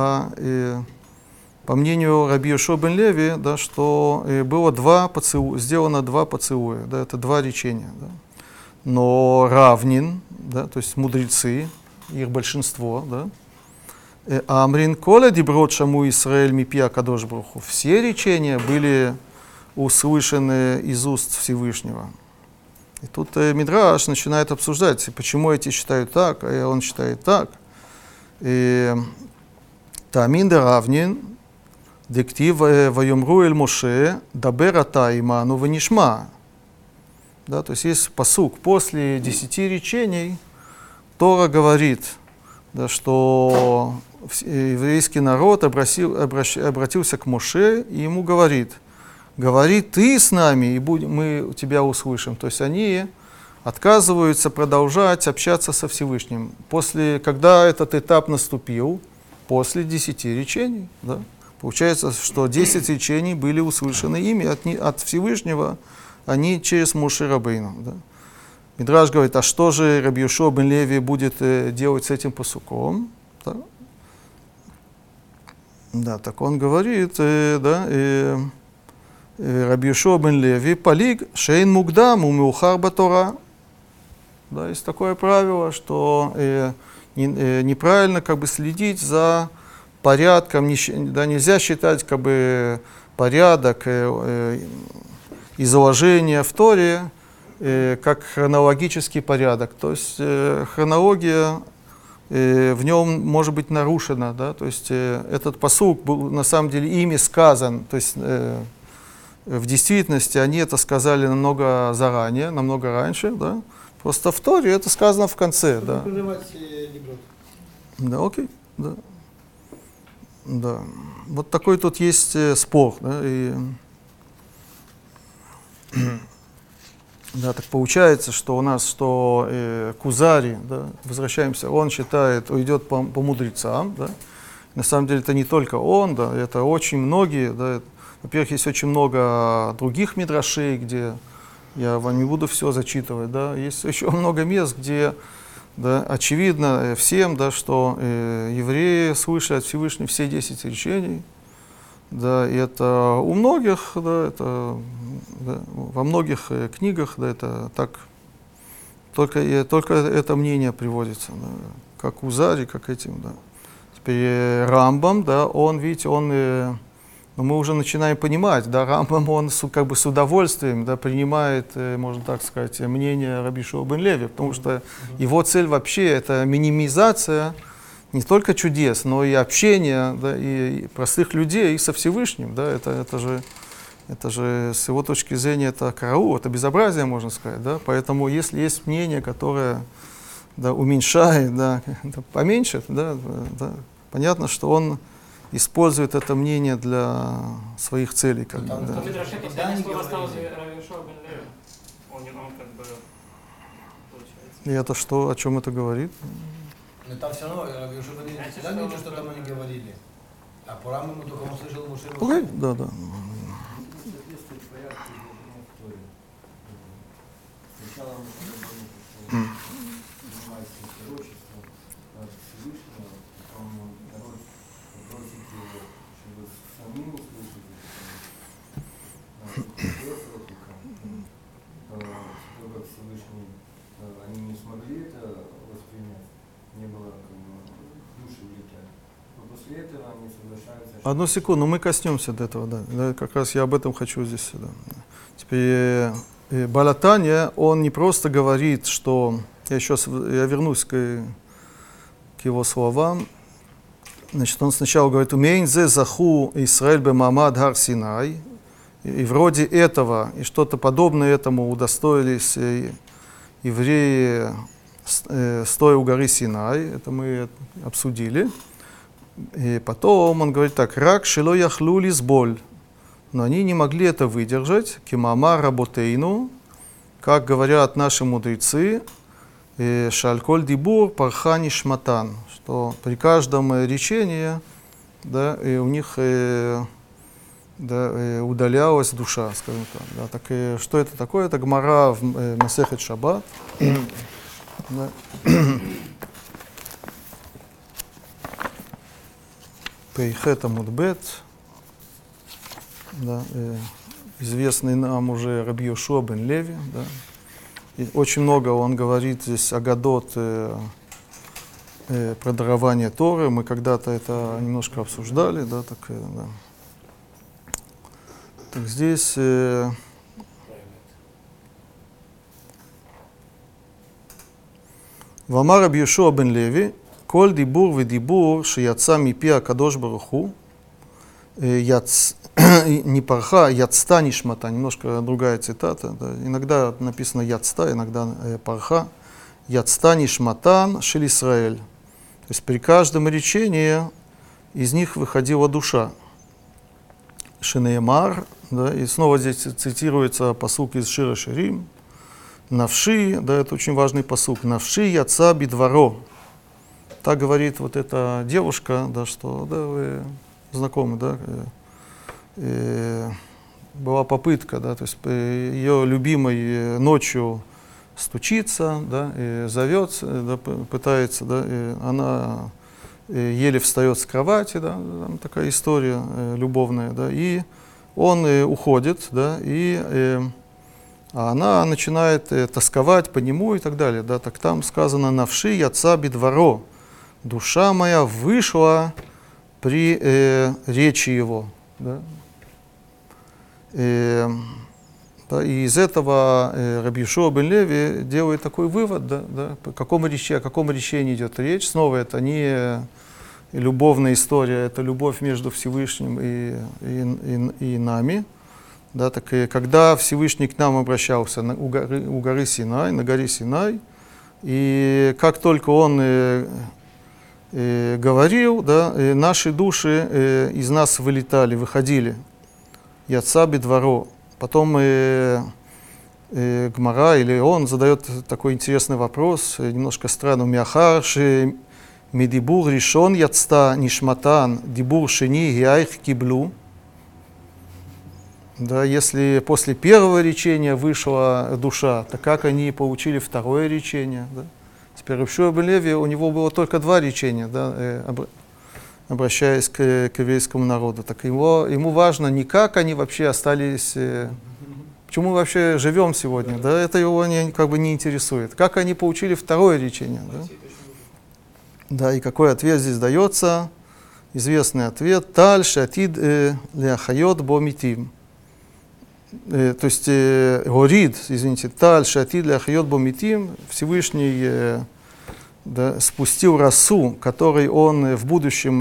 по мнению Раби Йошуа бен Леви, да, что было сделано два поцелуя, да, это два речения. Да. Но равнин, да, то есть мудрецы, их большинство, да, Амрин коля диброт шаму Исраэль мипи акадош баруху. Все речения были услышаны из уст Всевышнего. И тут Мидраш начинает обсуждать, почему эти считают так, а он считает так. Тамин де равнин, дектив вайомру эль Моше, дабер ата иману ванишма. Да, то есть есть пасук. После 10 речений Тора говорит, да, что еврейский народ обратился к Моше и ему говорит: говори ты с нами, и мы тебя услышим. То есть они отказываются продолжать общаться со Всевышним. Когда этот этап наступил, после 10 речений, да, получается, что 10 речений были услышаны ими от Всевышнего, они через Моше Рабейну. Да. Мидраш говорит, а что же Раби Йошуа бен Леви будет делать с этим пасуком? Да. Да, так он говорит, Раби Йошуа бен Леви палиг шейн мукдам умеухар батора. Да, есть такое правило, что неправильно как бы следить за порядком, да, нельзя считать как бы порядок изложения в Торе как хронологический порядок. То есть хронология в нем может быть нарушена. Да? То есть этот пасук был на самом деле ими сказан. То есть в действительности они это сказали намного заранее, намного раньше. Да? Просто в Торе это сказано в конце. Да, да, окей. Да. Да. Вот такой тут есть спор. Да? И Да, так получается, что у нас, что Кузари, да, возвращаемся, он считает, идет по мудрецам, да. На самом деле это не только он, да, это очень многие, да. Во-первых, есть очень много других мидрашей, где я вам не буду все зачитывать, да. Есть еще много мест, где, да, очевидно всем, да, что евреи слышали от Всевышнего все 10 речений. Да, и это у многих, да, это, да, во многих книгах, да, это так, только это мнение приводится, да, как у Зари, как этим, да. Теперь Рамбам, да, он, видите, он, ну, мы уже начинаем понимать, да, Рамбам, он как бы с удовольствием, да, принимает, можно так сказать, мнение Раби Йошуа бен Леви, потому что его цель вообще это минимизация не только чудес, но и общения, да, и простых людей и со Всевышним, да, это же с его точки зрения это караул, это безобразие, можно сказать, да, поэтому если есть мнение, которое, да, уменьшает, да, поменьшит, да, понятно, что он использует это мнение для своих целей, как бы, да. В Мидраше последнее слово осталось Раби Йошуа бен Леви. Он как бы получается. И это что, о чем это говорит? Но там все равно, Раби Йошуа бен Леви всегда говорит, что там они говорили. А по Рамбаму только он слышал Моше Рабейну. Да, да. Соответствует порядку изложения в Торе. Сначала мы занимается пророчеством Всевышнего, потом народ попросит его, чтобы самим услышать то, как Всевышний, они не смогли это воспринять, не было души улетать. Но после этого они соглашаются. Одну секунду, мы коснемся до этого, да. Да, как раз я об этом хочу здесь. Да. Теперь Баал ха-Танья, он не просто говорит, что я вернусь к его словам. Значит, он сначала говорит: «Умейн зе заху Исраэль бе-Маамад гар Синай». И вроде этого, и что-то подобное этому удостоились евреи, стоя у горы Синай. Это мы обсудили. И потом он говорит так: «Рак шело яхлу лизболь». Но они не могли это выдержать. «Кимаамар работейну», как говорят наши мудрецы, «Шальколь дибур парха нишматан», что при каждом речении, да, и у них да, удалялась душа, скажем так. Да. Так что это такое? Это Гмара в Масехет Шаббат. Да. Пейхет Амуд бет, да, известный нам уже Раби Йошуа бен Леви. Да. И очень много он говорит здесь о Гадот, про дарование Торы. Мы когда-то это немножко обсуждали. Да, так, да. Так здесь Вамар Раби Йошуа бен Леви, коль дибур ведибур шияца мипи акадош барух ху, не парха, яцта нишмата, немножко другая цитата. Да. Иногда написано яцта, иногда парха. Яцта нишматан шель Исраэль. То есть при каждом речении из них выходила душа. Шинеемар, да, и снова здесь цитируется пасук из Шира Ширим. Навши, да, это очень важный пасук. Навши яца бидваро. Так говорит вот эта девушка, да, что, да, вы знакомы, да, была попытка, да, то есть ее любимый ночью стучится, да, и зовет, да, пытается, да, и она еле встает с кровати, да, там такая история любовная, да, и он уходит, да, и она начинает тосковать по нему и так далее, да, так там сказано: «Навши яца бидваро», душа моя вышла при речи его, да. Да, и из этого Раби Йошуа бен Леви делает такой вывод, да, да, о каком речении идет речь. Снова это не любовная история, это любовь между Всевышним и нами. Да, так и когда Всевышний к нам обращался у горы Синай, на горе Синай, и как только он говорил, да, наши души из нас вылетали, выходили. Яца бидваро. Потом Гмара, или он задает такой интересный вопрос, немножко странный. Мяхар ше медибур решен яцта нишматан дибур шени гиайх киблу. Да, если после первого речения вышла душа, то как они получили второе речение? Да? Теперь Рав Йошуа бен Леви, у него было только 2 речения, да, обращаясь к еврейскому народу. Так ему важно не как они вообще остались, почему мы вообще живем сегодня, да, это его как бы не интересует. Как они получили второе речение, да? Да, и какой ответ здесь дается? Известный ответ. Таль шатид леахайот бо митим. То есть горид, извините, таль шатид леахайот бо митим, Всевышний да, спустил росу, которой он в будущем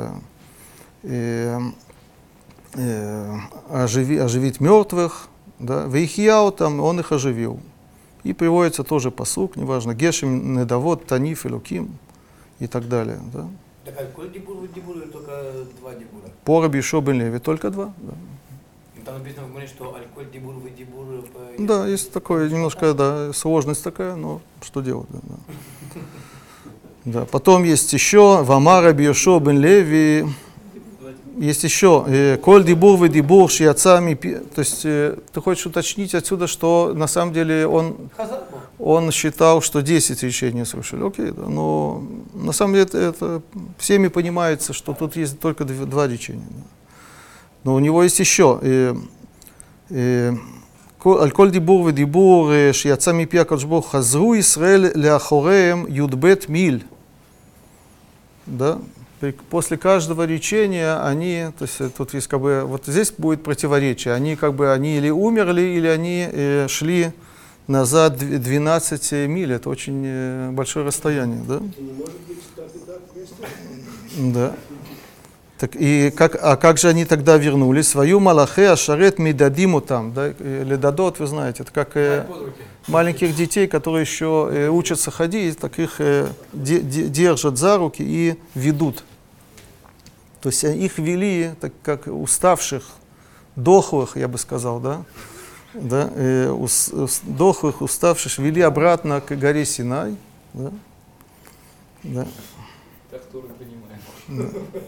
оживит мертвых, да, вейхияу там, он их оживил. И приводится тоже пасук, неважно, гешем, недовод, таниф, элуким и так далее. Да. Так а какой дибур или только 2 дибура? По Раби Йошуа бен Леви только 2. Да. Там написано в Гмаре, что аль-коль дибур вы дибур. Да, есть такое немножко, да, сложность такая, но что делать, да. Да. Потом есть еще Вамар Раби Йошуа бен Леви. Есть еще коль дибур вы дибур шияцами. То есть ты хочешь уточнить отсюда, что на самом деле он считал, что 10 речений слушали. Окей, да, но на самом деле это всеми понимается, что тут есть только 2 речения. Да. Но у него есть еще аль-коль дибур вы дибур шияцами пи акадош барух ху хазру Исраэль леахореем юдбет миль. Да? После каждого речения они, то есть тут есть как бы, вот здесь будет противоречие, они как бы, они или умерли, или они шли назад 12 миль, это очень большое расстояние, да? Не может быть так и так вместе? Да. Так, и как же они тогда вернулись? Свою малахе ашарет мидадиму там, да? Ледадот, вы знаете, это как маленьких детей, которые еще учатся ходить, так их держат за руки и ведут. То есть их вели, так как уставших, дохлых, я бы сказал, да? Да? Дохлых, уставших вели обратно к горе Синай. Да? Да. Так Тору понимаем. Да.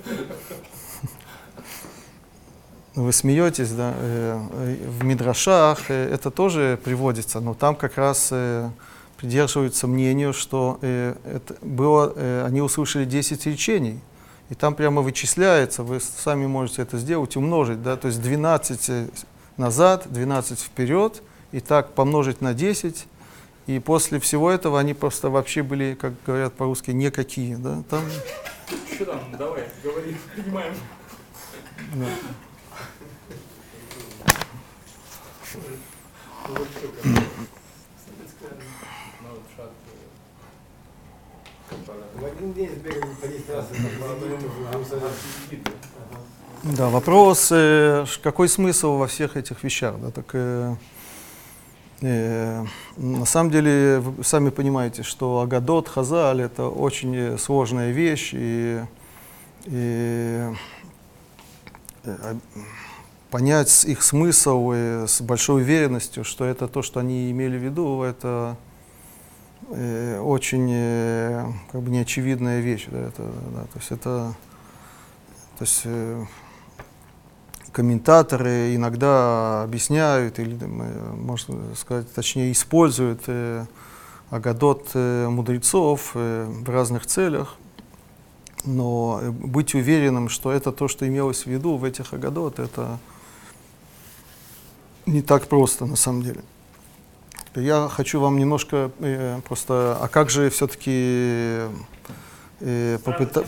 Вы смеетесь, да? В Мидрашах это тоже приводится, но там как раз придерживаются мнению, что это было, они услышали 10 речений, и там прямо вычисляется, вы сами можете это сделать, умножить, да? То есть 12 назад, 12 вперед, и так помножить на 10, и после всего этого они просто вообще были, как говорят по-русски, никакие, да? Там... Что там? Давай, говори, понимаем. Да. В один день сбегали по 10 раз. Да, вопрос, какой смысл во всех этих вещах? Да? Так, на самом деле, вы сами понимаете, что Агадот, Хазаль — это очень сложная вещь, и понять их смысл с большой уверенностью, что это то, что они имели в виду, это очень как бы неочевидная вещь. Да, это, да, то есть комментаторы иногда объясняют, или, можно сказать, точнее, используют агадот мудрецов в разных целях, но быть уверенным, что это то, что имелось в виду в этих агадот, это не так просто на самом деле. Я хочу вам немножко просто, а как же все-таки попытаться...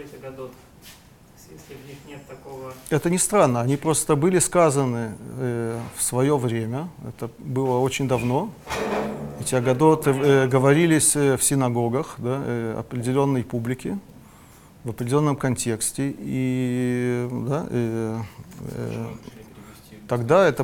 Если в них нет такого... Это не странно, они просто были сказаны в свое время, это было очень давно. Эти агадоты говорились в синагогах, да, определенной публике, в определенном контексте, и да, тогда это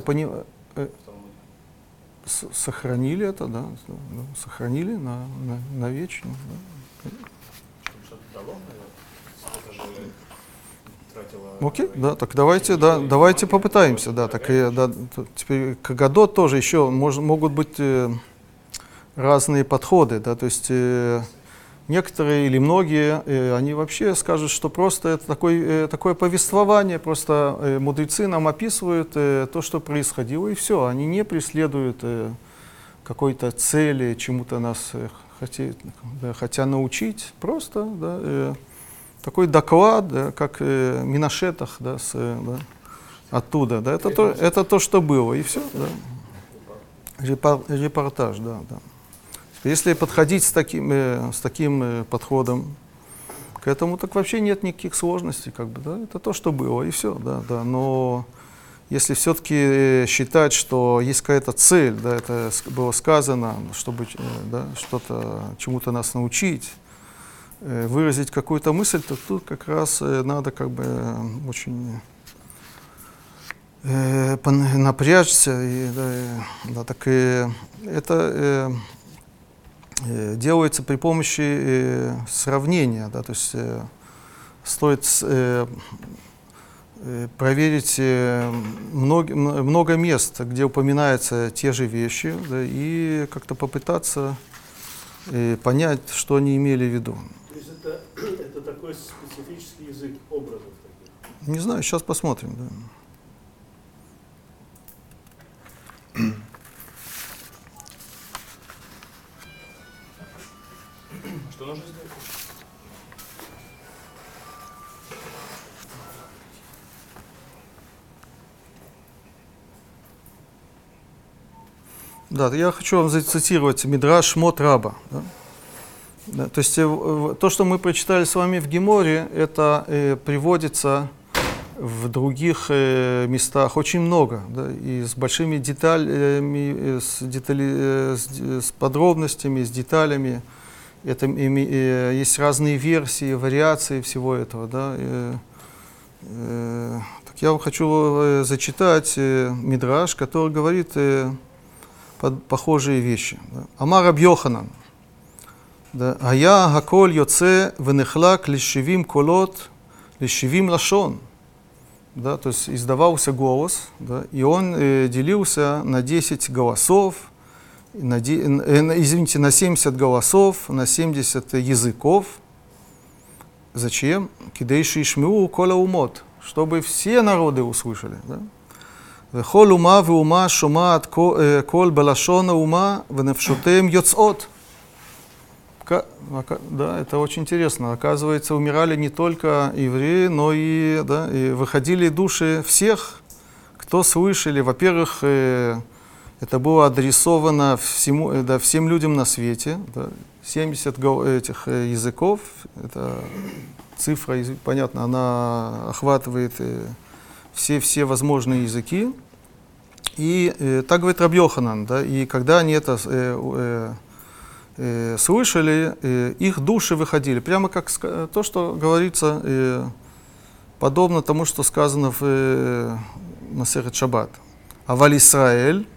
сохранили это, да, сохранили на вечно. Да. истратила. Окей, да, так давайте попытаемся, да, так и да, теперь к Агадот тоже еще могут быть разные подходы, да, то есть некоторые или многие, они вообще скажут, что просто это такое повествование, просто мудрецы нам описывают то, что происходило, и все, они не преследуют какой-то цели, чему-то нас хотя научить, просто, да, такой доклад, да, как Минашетах, да, оттуда, да, это то, что было, и все, да. Репортаж, да, да. Если подходить с таким подходом к этому, так вообще нет никаких сложностей, как бы, да, это то, что было, и все, да, да. Но если все-таки считать, что есть какая-то цель, да, это было сказано, чтобы да, что-то, чему-то нас научить, выразить какую-то мысль, то тут как раз надо как бы очень напрячься, и, да, так это делается при помощи сравнения, да, то есть стоит проверить много мест, где упоминаются те же вещи, да, и как-то попытаться понять, что они имели в виду. То есть это такой специфический язык образов таких? Не знаю, сейчас посмотрим. Да. Что нужно сделать? Да, я хочу вам зацитировать Мидраш Шмот Раба. Да? Да, то есть то, что мы прочитали с вами в Геморе, это приводится в других местах очень много, да, и с большими деталями, с подробностями, с деталями. Это, есть разные версии, вариации всего этого. Да, так я вам хочу зачитать Мидраш, который говорит похожие вещи. Да. Амар Раб Йоханан. Ая хаколь йоце венехлак лишивим колот лишивим лашон. Да, то есть издавался голос, да, и он делился на 10 голосов, на 70 голосов, на 70 языков. Зачем? Кидейши ишмеу кола умот, чтобы все народы услышали. Да? Вехол ума веума шомаат кол балашона ума венефшотеем йоцот. Да, это очень интересно. Оказывается, умирали не только евреи, но и, да, и выходили души всех, кто слышали. Во-первых, это было адресовано всем людям на свете. Да, 70 этих языков, это цифра, понятно, она охватывает все возможные языки. И так говорит Раб Йоханан, да, и когда они это слышали, их души выходили. Прямо как то, что говорится, подобно тому, что сказано в Масехет Шаббат. Аваль Исраэль,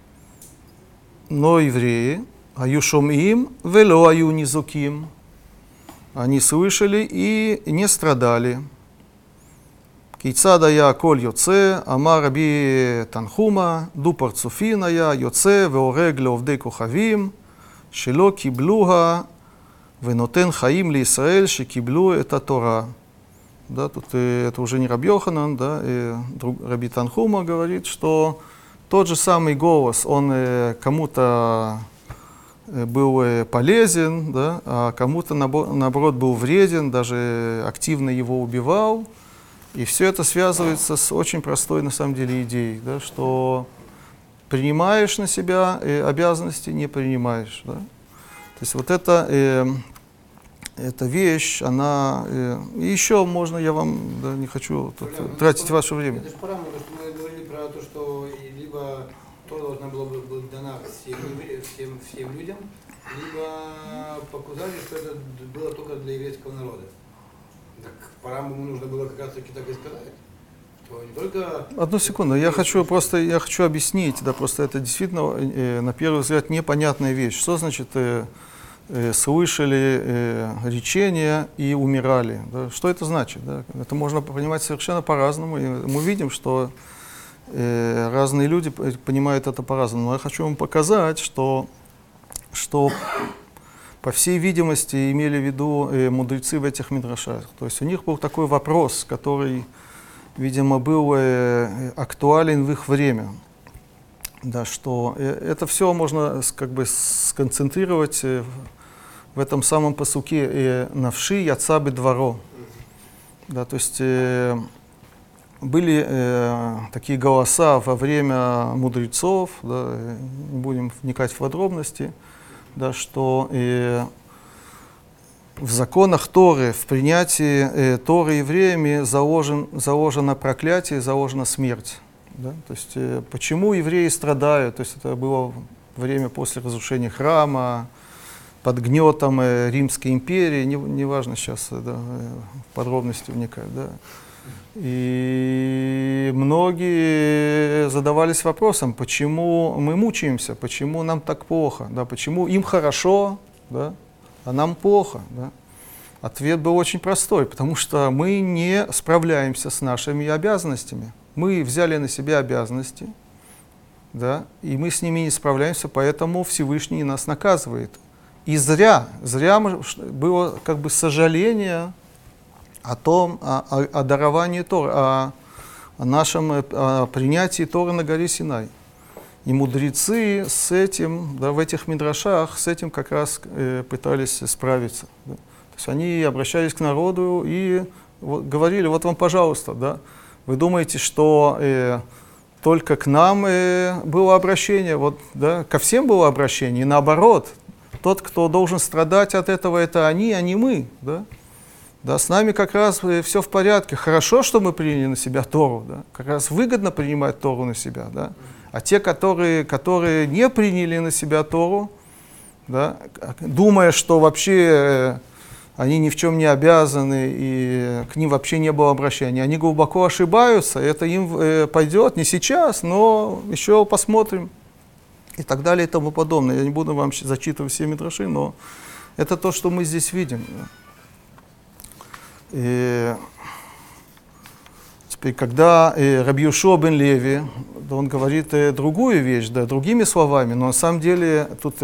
но евреи, аю шомим, вело аю низуким. Они слышали и не страдали. Кейцад ая коль йоце, амар Раби Танхума, ду парцуфин ая йоце, веорег леовдей кохавим, שלא קיבלוה ונותן חיים לישראל שקיבלו את התורה. Да, тут это уже не Раб Йоханан, да, Раби Танхума говорит, что тот же самый голос, он кому-то был полезен, да, а кому-то наоборот был вреден, даже активно его убивал. И все это связывается с очень простой на самом деле идеей, да, что принимаешь на себя обязанности, не принимаешь. Да? То есть вот эта вещь, она... И еще можно, я вам не хочу тратить ваше время. Это же парамон, что мы говорили про то, что либо Тора должна была быть дана всем людям, либо показали, что это было только для еврейского народа. Так Парамону нужно было как раз таки так и сказать. Одну секунду, я хочу объяснить, да, просто это действительно, на первый взгляд, непонятная вещь. Что значит слышали речения и умирали. Да? Что это значит? Да? Это можно понимать совершенно по-разному. И мы видим, что разные люди понимают это по-разному. Но я хочу вам показать, что по всей видимости имели в виду мудрецы в этих мидрашах. То есть у них был такой вопрос, который, видимо, был актуален в их время. Да, что это все можно как бы сконцентрировать в этом самом пасуке «Навши яца бедворо». Да, то есть были такие голоса во время мудрецов, да, не будем вникать в подробности, да, что в законах Торы, в принятии Торы евреями заложено проклятие, заложена смерть. Да? То есть почему евреи страдают? То есть это было время после разрушения храма, под гнетом Римской империи, неважно сейчас в подробности вникать. Да? И многие задавались вопросом, почему мы мучаемся, почему нам так плохо, да? Почему им хорошо, да? А нам плохо. Да? Ответ был очень простой, потому что мы не справляемся с нашими обязанностями. Мы взяли на себя обязанности, да, и мы с ними не справляемся, поэтому Всевышний нас наказывает. И зря было как бы сожаление о том, о даровании Торы, о нашем принятии Торы на горе Синай. И мудрецы с этим, да, в этих мидрашах, с этим как раз пытались справиться. Да. То есть они обращались к народу и говорили, вот вам, пожалуйста, да, вы думаете, что только к нам было обращение, вот, да, ко всем было обращение, и наоборот, тот, кто должен страдать от этого, это они, а не мы. Да? Да, с нами как раз все в порядке. Хорошо, что мы приняли на себя Тору, да? Как раз выгодно принимать Тору на себя. Да? А те, которые не приняли на себя Тору, да, думая, что вообще они ни в чем не обязаны, и к ним вообще не было обращения. Они глубоко ошибаются, это им пойдет не сейчас, но еще посмотрим. И так далее и тому подобное. Я не буду вам зачитывать все мидраши, но это то, что мы здесь видим. И теперь, когда Раби Йошуа бен Леви, он говорит другую вещь, да, другими словами, но на самом деле тут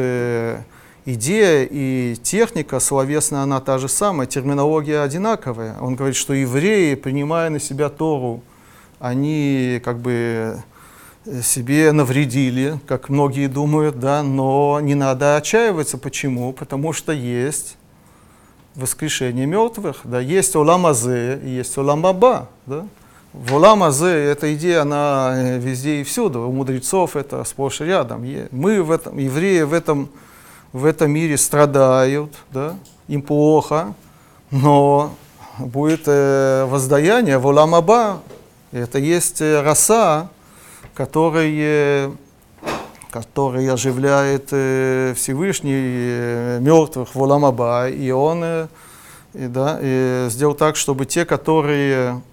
идея и техника словесная, она та же самая, терминология одинаковая. Он говорит, что евреи, принимая на себя Тору, они как бы себе навредили, как многие думают, да, но не надо отчаиваться. Почему? Потому что есть воскрешение мертвых, да, есть олам азе и есть олам аба. Да. В олам азе эта идея, она везде и всюду, у мудрецов это сплошь и рядом. Мы в этом, евреи в этом мире страдают, да, им плохо, но будет воздаяние в олам аба. Это есть раса, который оживляет Всевышний мертвых в олам аба, и он сделал так, чтобы те, которые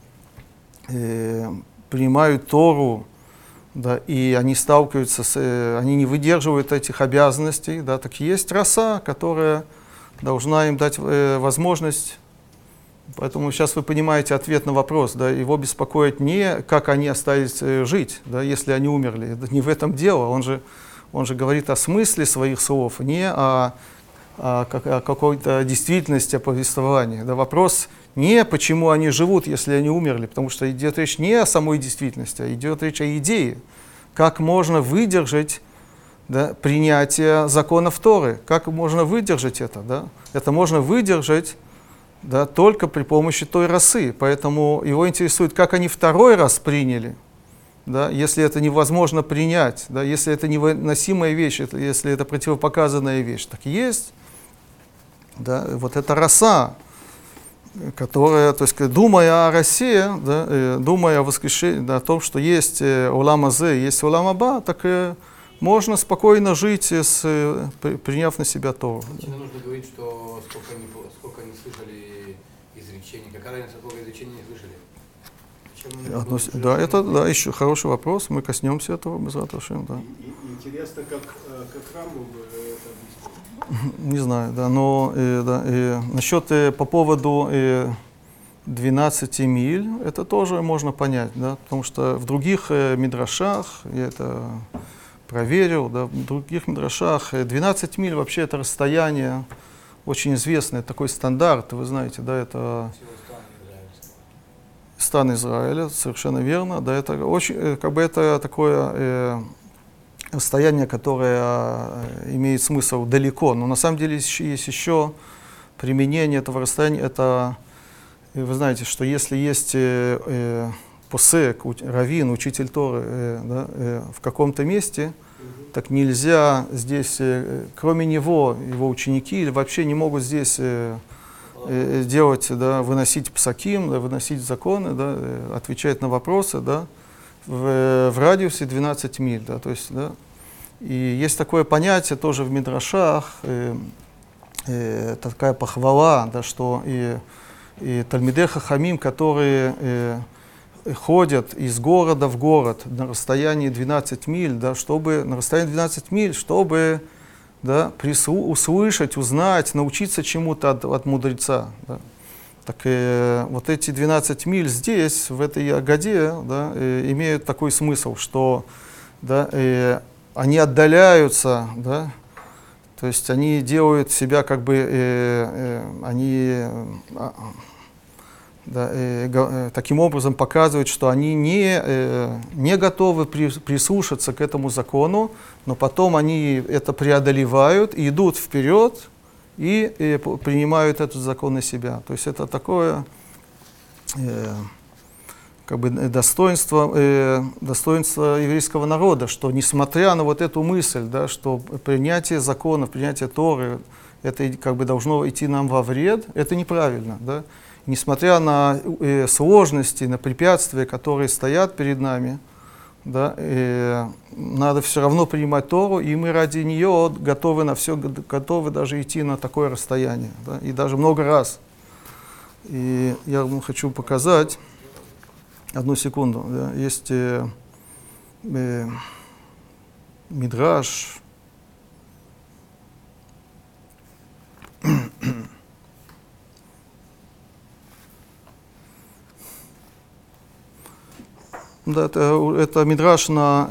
принимают Тору, да, и они сталкиваются они не выдерживают этих обязанностей, да, так есть раса, которая должна им дать возможность. Поэтому сейчас вы понимаете ответ на вопрос, да, его беспокоит не, как они остались жить, да, если они умерли. Это не в этом дело. Он же говорит о смысле своих слов, не о какой-то действительности, о повествовании. Да, вопрос не, почему они живут, если они умерли, потому что идет речь не о самой действительности, а идет речь о идее. Как можно выдержать, да, принятие законов Торы? Как можно выдержать это? Да? Это можно выдержать, да, только при помощи той расы. Поэтому его интересует, как они второй раз приняли. Да, если это невозможно принять, да, если это невыносимая вещь, если это противопоказанная вещь, так есть. Да, вот эта раса, которая, то есть, думая о России, да, думая о воскрешении, да, о том, что есть олам азе, есть олам аба, так можно спокойно жить, приняв на себя Тору. Не нужно говорить, что сколько они слышали изречений. Какая разница, сколько изречений не слышали? Да, это да, еще хороший вопрос. Мы коснемся этого, Безрат Ашем, да. И интересно, как Рамбам это объясняет. Не знаю, да, но насчет по поводу 12 миль, это тоже можно понять, да, потому что в других мидрашах, я это проверил, да, в других мидрашах 12 миль вообще это расстояние очень известное, такой стандарт, вы знаете, да, это стан Израиля, совершенно верно, да, это очень, как бы это такое расстояние, которое имеет смысл далеко, но на самом деле есть еще применение этого расстояния, это, вы знаете, что если есть посек, раввин, учитель Торы в каком-то месте, так нельзя здесь, кроме него, его ученики или вообще не могут здесь делать, да, выносить псаким, да, выносить законы, да, отвечать на вопросы, да, в радиусе 12 миль. Да, то есть, да, и есть такое понятие тоже в мидрашах, такая похвала, да, что и Талмидей Хахамим, которые ходят из города в город на расстоянии 12 миль, да, чтобы, на расстоянии 12 миль, чтобы, да, услышать, узнать, научиться чему-то от мудреца. Да. Так вот эти 12 миль здесь, в этой Агаде, да, имеют такой смысл, что, да, они отдаляются, да, то есть они делают себя как бы, они таким образом показывают, что они не готовы прислушаться к этому закону, но потом они это преодолевают, идут вперед и принимают этот закон на себя. То есть это такое как бы достоинство еврейского народа, что несмотря на вот эту мысль, да, что принятие законов, принятие Торы, это как бы должно идти нам во вред, это неправильно. Да? Несмотря на сложности, на препятствия, которые стоят перед нами, да, надо все равно принимать Тору, и мы ради нее готовы на все, готовы даже идти на такое расстояние, да, и даже много раз. И я вам хочу показать, одну секунду, да, есть мидраш, да, это мидраш на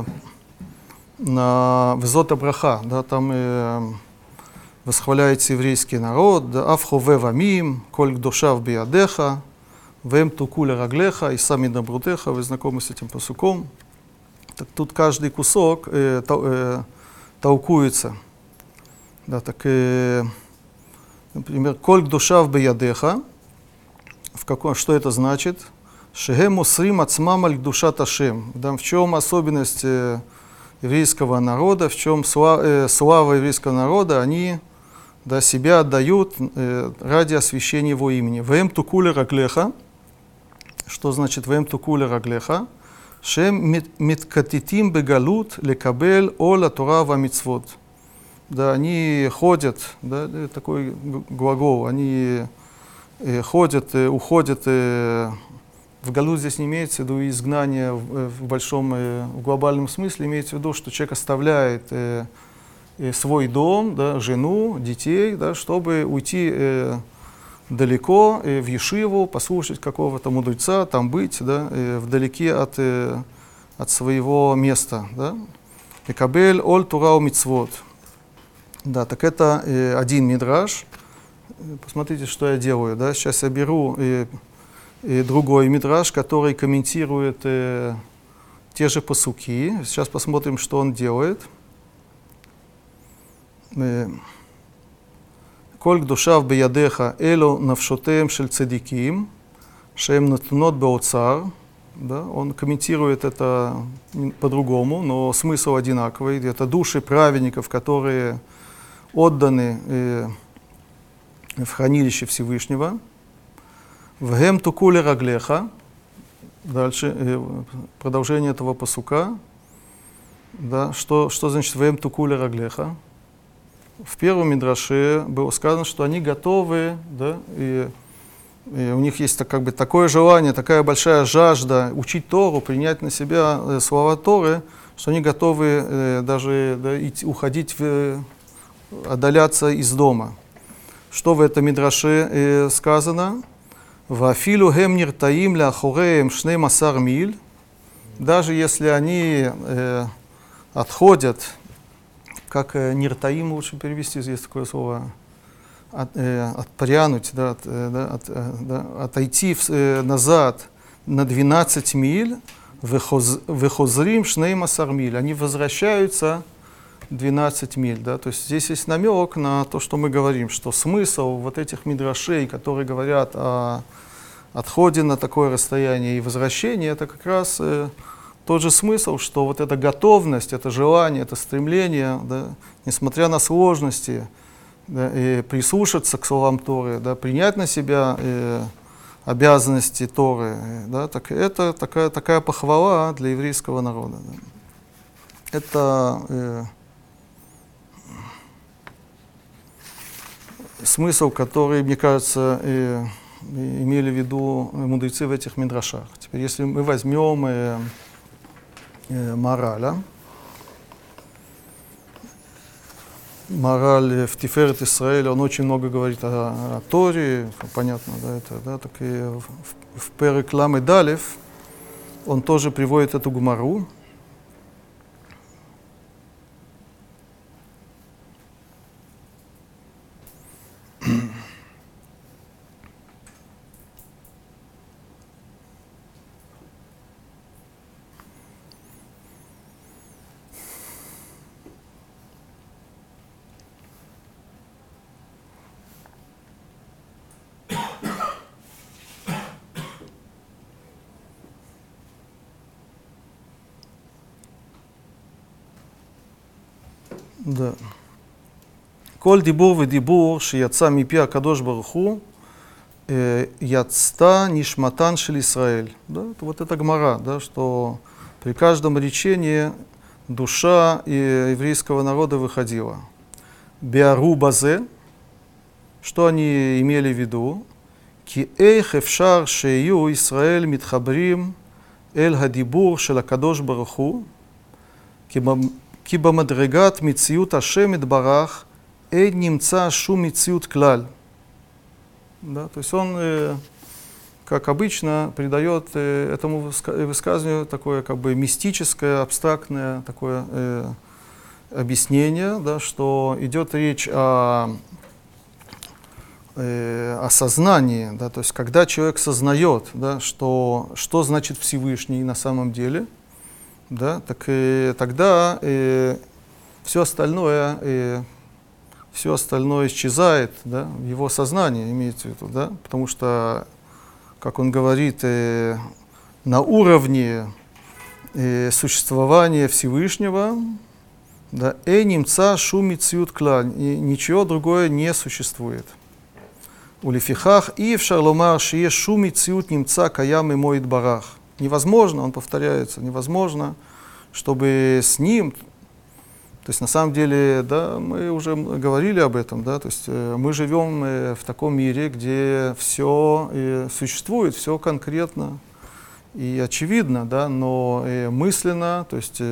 Везот Браха, да, там восхваляется еврейский народ, да, Афхове вамим, коль гдошав биадеха, вем тукуля раглеха, и сами добрутеха, вы знакомы с этим пасуком. Так тут каждый кусок толкуется. Да, так, например, коль гдошав биадеха, что это значит? Шехем мусрим ацмам аль гдушат Ашем. В чем особенность еврейского народа, в чем слава еврейского народа, они, да, себя отдают ради освящения его имени. Вем тукуля раглеха. Что значит вем тукуля раглеха? Шем миткатитим бегалут лекабель ола Тора ва мицвот. Да, они ходят, да, такой глагол, они ходят, уходят. В галут здесь не имеется в виду изгнание в большом, в глобальном смысле, имеется в виду, что человек оставляет свой дом, да, жену, детей, да, чтобы уйти далеко в ешиву, послушать какого-то мудреца, там быть, да, вдалеке от своего места. Да. Экабель оль Тора мицвот. Да, так это один мидраш. Посмотрите, что я делаю. Да. Сейчас я беру и другой мидраш, который комментирует те же пасуки. Сейчас посмотрим, что он делает. Коль гдушав биядеха эло навшотеем шель цадиким, шеем натунот беоцар. Он комментирует это по-другому, но смысл одинаковый. Это души праведников, которые отданы в хранилище Всевышнего. Вгем тукуле раглеха. Дальше продолжение этого пасука. Да, что значит вгем тукуле раглеха? В первом мидраше было сказано, что они готовы, да, и И у них есть как бы такое желание, такая большая жажда учить Тору, принять на себя слова Торы, что они готовы даже уходить, отдаляться из дома. Что в этом мидраше сказано? «Вафилу гем ниртаим ляхореем шней асар миль». Даже если они отходят, как ниртаим лучше перевести, есть такое слово, отпрянуть, да, отойти назад на 12 миль, выхозрим шней асар миль. Они возвращаются 12 миль. Да? То есть здесь есть намек на то, что мы говорим, что смысл вот этих мидрашей, которые говорят о отходе на такое расстояние и возвращении, это как раз тот же смысл, что вот эта готовность, это желание, это стремление, да, несмотря на сложности, да, и прислушаться к словам Торы, да, принять на себя обязанности Торы, да, так это такая похвала для еврейского народа. Да. Это смысл, который, мне кажется, имели в виду мудрецы в этих мидрашах. Теперь, если мы возьмем Мараля, Мараль в Тиферет Исраэля, он очень много говорит о Торе, понятно, да, это, да, так и в Перек Ламед Алеф он тоже приводит эту гемару. Да. Коль дибур ведибур шияца мипи акадош барух ху яцта нишматан шель Исраэль. Да, вот это гмара, да, что при каждом речении душа еврейского народа выходила. Биару базе, что они имели в виду? Ки эйх эфшар шею Исраэль митхабрим эль хадибур шель акадош барух ху ки бамадрегат мициют Ашем идбарах эйн нимца шум мициют клаль. Да, то есть он, как обычно, придает этому высказыванию такое как бы мистическое, абстрактное такое объяснение, да, что идет речь о сознании, да, то есть когда человек сознает, да, что значит Всевышний на самом деле, да, так тогда все остальное исчезает, да, в его сознании, имеется в виду, да, потому что, как он говорит, на уровне существования Всевышнего, да, немца шум мициют клаль, и ничего другое не существует. У лифихах и в шарломар шие шум мициют немца каям и моид барах. Невозможно, он повторяется, невозможно, чтобы с ним, то есть на самом деле, да, мы уже говорили об этом, да, то есть мы живем в таком мире, где все существует, все конкретно и очевидно, да, но мысленно, то есть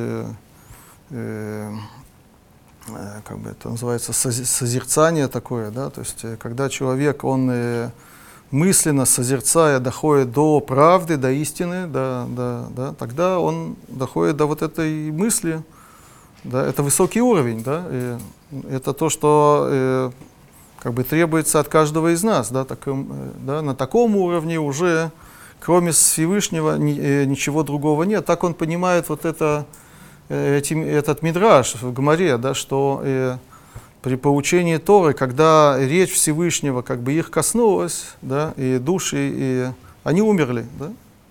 как бы это называется созерцание такое, да, то есть когда человек, он мысленно созерцая доходит до правды, до истины, да, тогда он доходит до вот этой мысли, да, это высокий уровень, да, и это то, что как бы требуется от каждого из нас, да, да, на таком уровне уже, кроме Всевышнего, ничего другого нет. Так он понимает вот этот мидраш в Гемаре, да, что при получении Торы, когда речь Всевышнего как бы их коснулась, да, и души, они умерли. Да?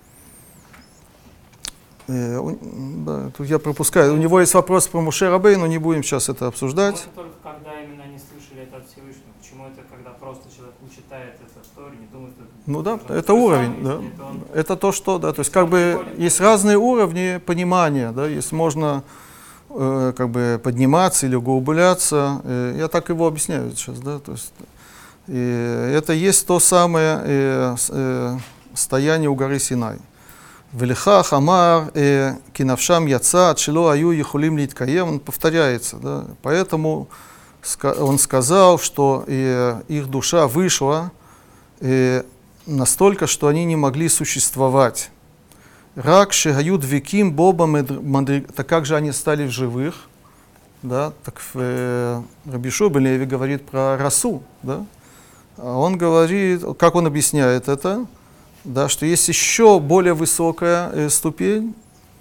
Да, тут я пропускаю. У него есть вопрос про Моше Рабейну, не будем сейчас это обсуждать. Это только когда именно они слышали это от Всевышнего. Почему это, когда просто человек читает это в Торе, не думает, что... Ну да, это уровень, да. Это то, что, да, то есть как бы есть разные уровни понимания, да, есть можно как бы подниматься или углубляться. Я так его объясняю сейчас, да, то есть И это есть то самое стояние у горы Синай. Велихах амар кинавшам яца чело аю ехулим литкаем. Он повторяется. Да? Поэтому он сказал, что их душа вышла настолько, что они не могли существовать. Рак шегают веким боба мандриг. Так как же они стали в живых? Да? Так Раби Шуа бен Леви говорит про расу. Да? А он говорит, как он объясняет это, да, что есть еще более высокая ступень.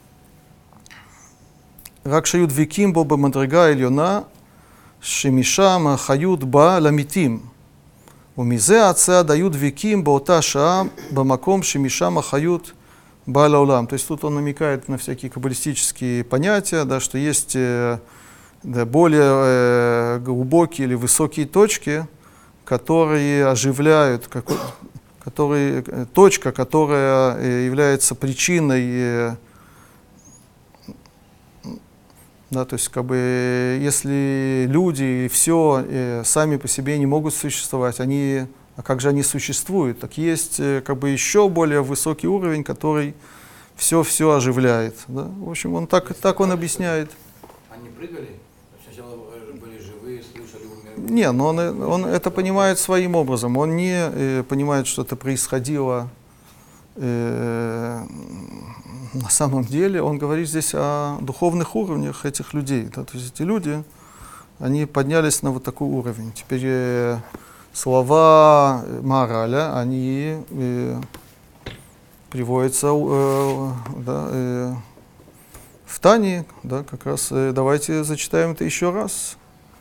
Рак шегают веким боба мандрига ильона шемишам хают ба ламитим. ומזה הצעה дают веким באותה שעה במקום שמשם החיות באה לעולם. То есть тут он намекает на всякие каббалистические понятия, да, что есть да, более глубокие или высокие точки, которые оживляют, точка, которая является причиной. Да, то есть, как бы, если люди и все сами по себе не могут существовать, а как же они существуют? Так есть как бы еще более высокий уровень, который все оживляет. Да? В общем, он так он объясняет. Они прыгали? Сначала были живые, слышали, умерли? Не, но он это понимает своим образом. Он не понимает, что это происходило на самом деле. Он говорит здесь о духовных уровнях этих людей. Да? То есть эти люди, они поднялись на вот такой уровень. Теперь слова Маораля, они приводятся да, в Тане. Да, как раз давайте зачитаем это еще раз.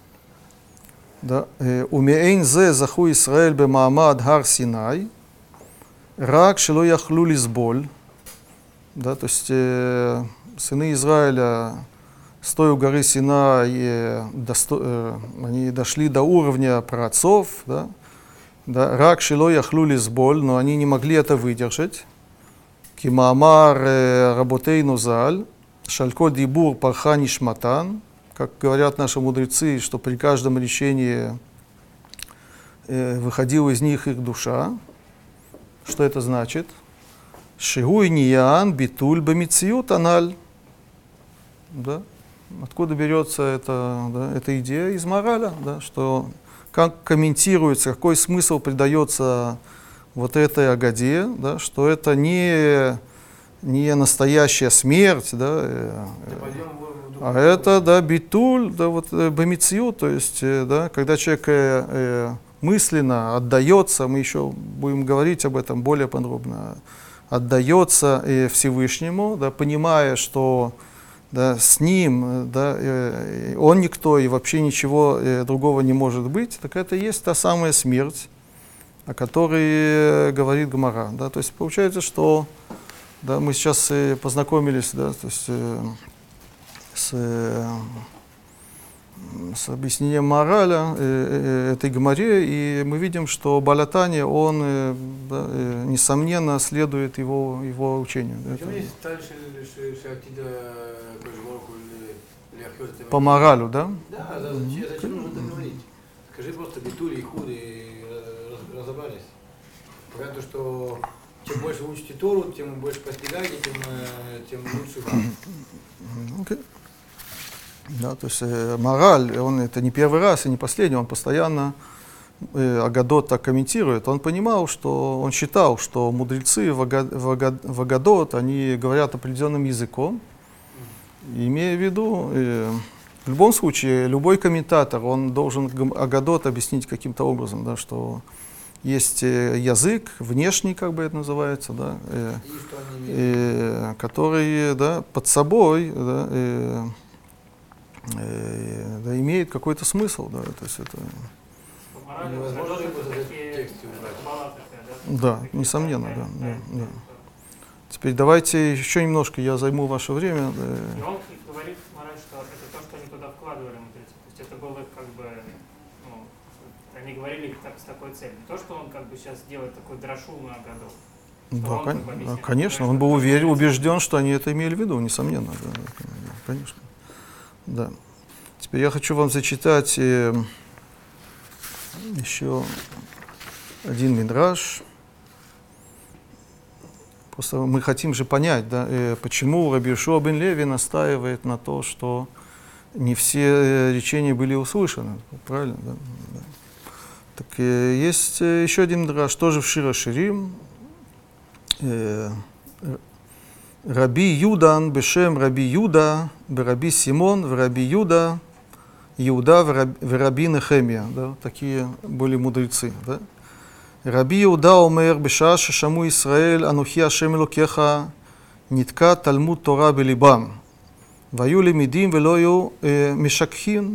Умеэйн зе заху Исраэль бемаамад гар Синай, рак шело яхлу лизболь. Да, то есть сыны Израиля, стоя у горы Синай, они дошли до уровня праотцов, да, рак шило яхлу лизболь, но они не могли это выдержать. Кимаамар работейну заль, шалько дибур парха нишматан, как говорят наши мудрецы, что при каждом речении выходила из них их душа. Что это значит? Шигуй ниян битуль бамициют аналь. Да? Откуда берется эта идея? Из Маораля, да? Что как комментируется, какой смысл придается вот этой агаде, да? Что это не настоящая смерть, да? А это да, битуль, да, вот, бамициют, то есть да, когда человек мысленно отдается, мы еще будем говорить об этом более подробно, отдается Всевышнему, да, понимая, что да, с ним да, он никто и вообще ничего другого не может быть, так это и есть та самая смерть, о которой говорит Гемара. Да. То есть получается, что да, мы сейчас познакомились да, то есть, с объяснением Маораля этой Гемаре, и мы видим, что Бааль ха-Тanya, он, да, несомненно, следует его учению. По Маоралю, да? Да, зачем нужно это говорить? Скажи просто битули и худы, и разобрались. Понятно, что чем больше учите Тору, тем больше постигаете, тем лучше вам. Okay. Да, то есть Маораль, он это не первый раз и не последний, он постоянно Агадот так комментирует. Он понимал, что он считал, что мудрецы в Агадот, они говорят определенным языком, имея в виду, в любом случае, любой комментатор, он должен Агадот объяснить каким-то образом, да, что есть язык, внешний, как бы это называется, да, который да, под собой да, да, имеет какой-то смысл. Да, то есть это... Невозможно тексте убрать. Да, несомненно, да. Теперь давайте еще немножко, я займу ваше время. И он говорит, Маораль, что это то, что они туда вкладывали, мудрецы. То есть это было как бы, ну, они говорили так, с такой целью. То, что он как бы сейчас делает такой дрошу на Агадот. Да, конечно, он был убежден, что они это имели в виду, несомненно. Да, конечно. Да. Теперь я хочу вам зачитать еще один мидраш. Просто мы хотим же понять, да, почему Раби Йошуа бен Леви настаивает на то, что не все речения были услышаны. Правильно? Да? Да. Так есть еще один мидраш, тоже в Шир ха-Ширим. Раби Юдан бешем Раби Юда, Раби Симон, Раби Юда, Иуда в Раби Нехемия. Да? Такие были мудрецы. Да? Раби Иуда омер בשעה ששמעו ישראל אנוכי השם אלוקיך נתקע תלמוד תורה בליבם והיו למידים ולא היו משככים.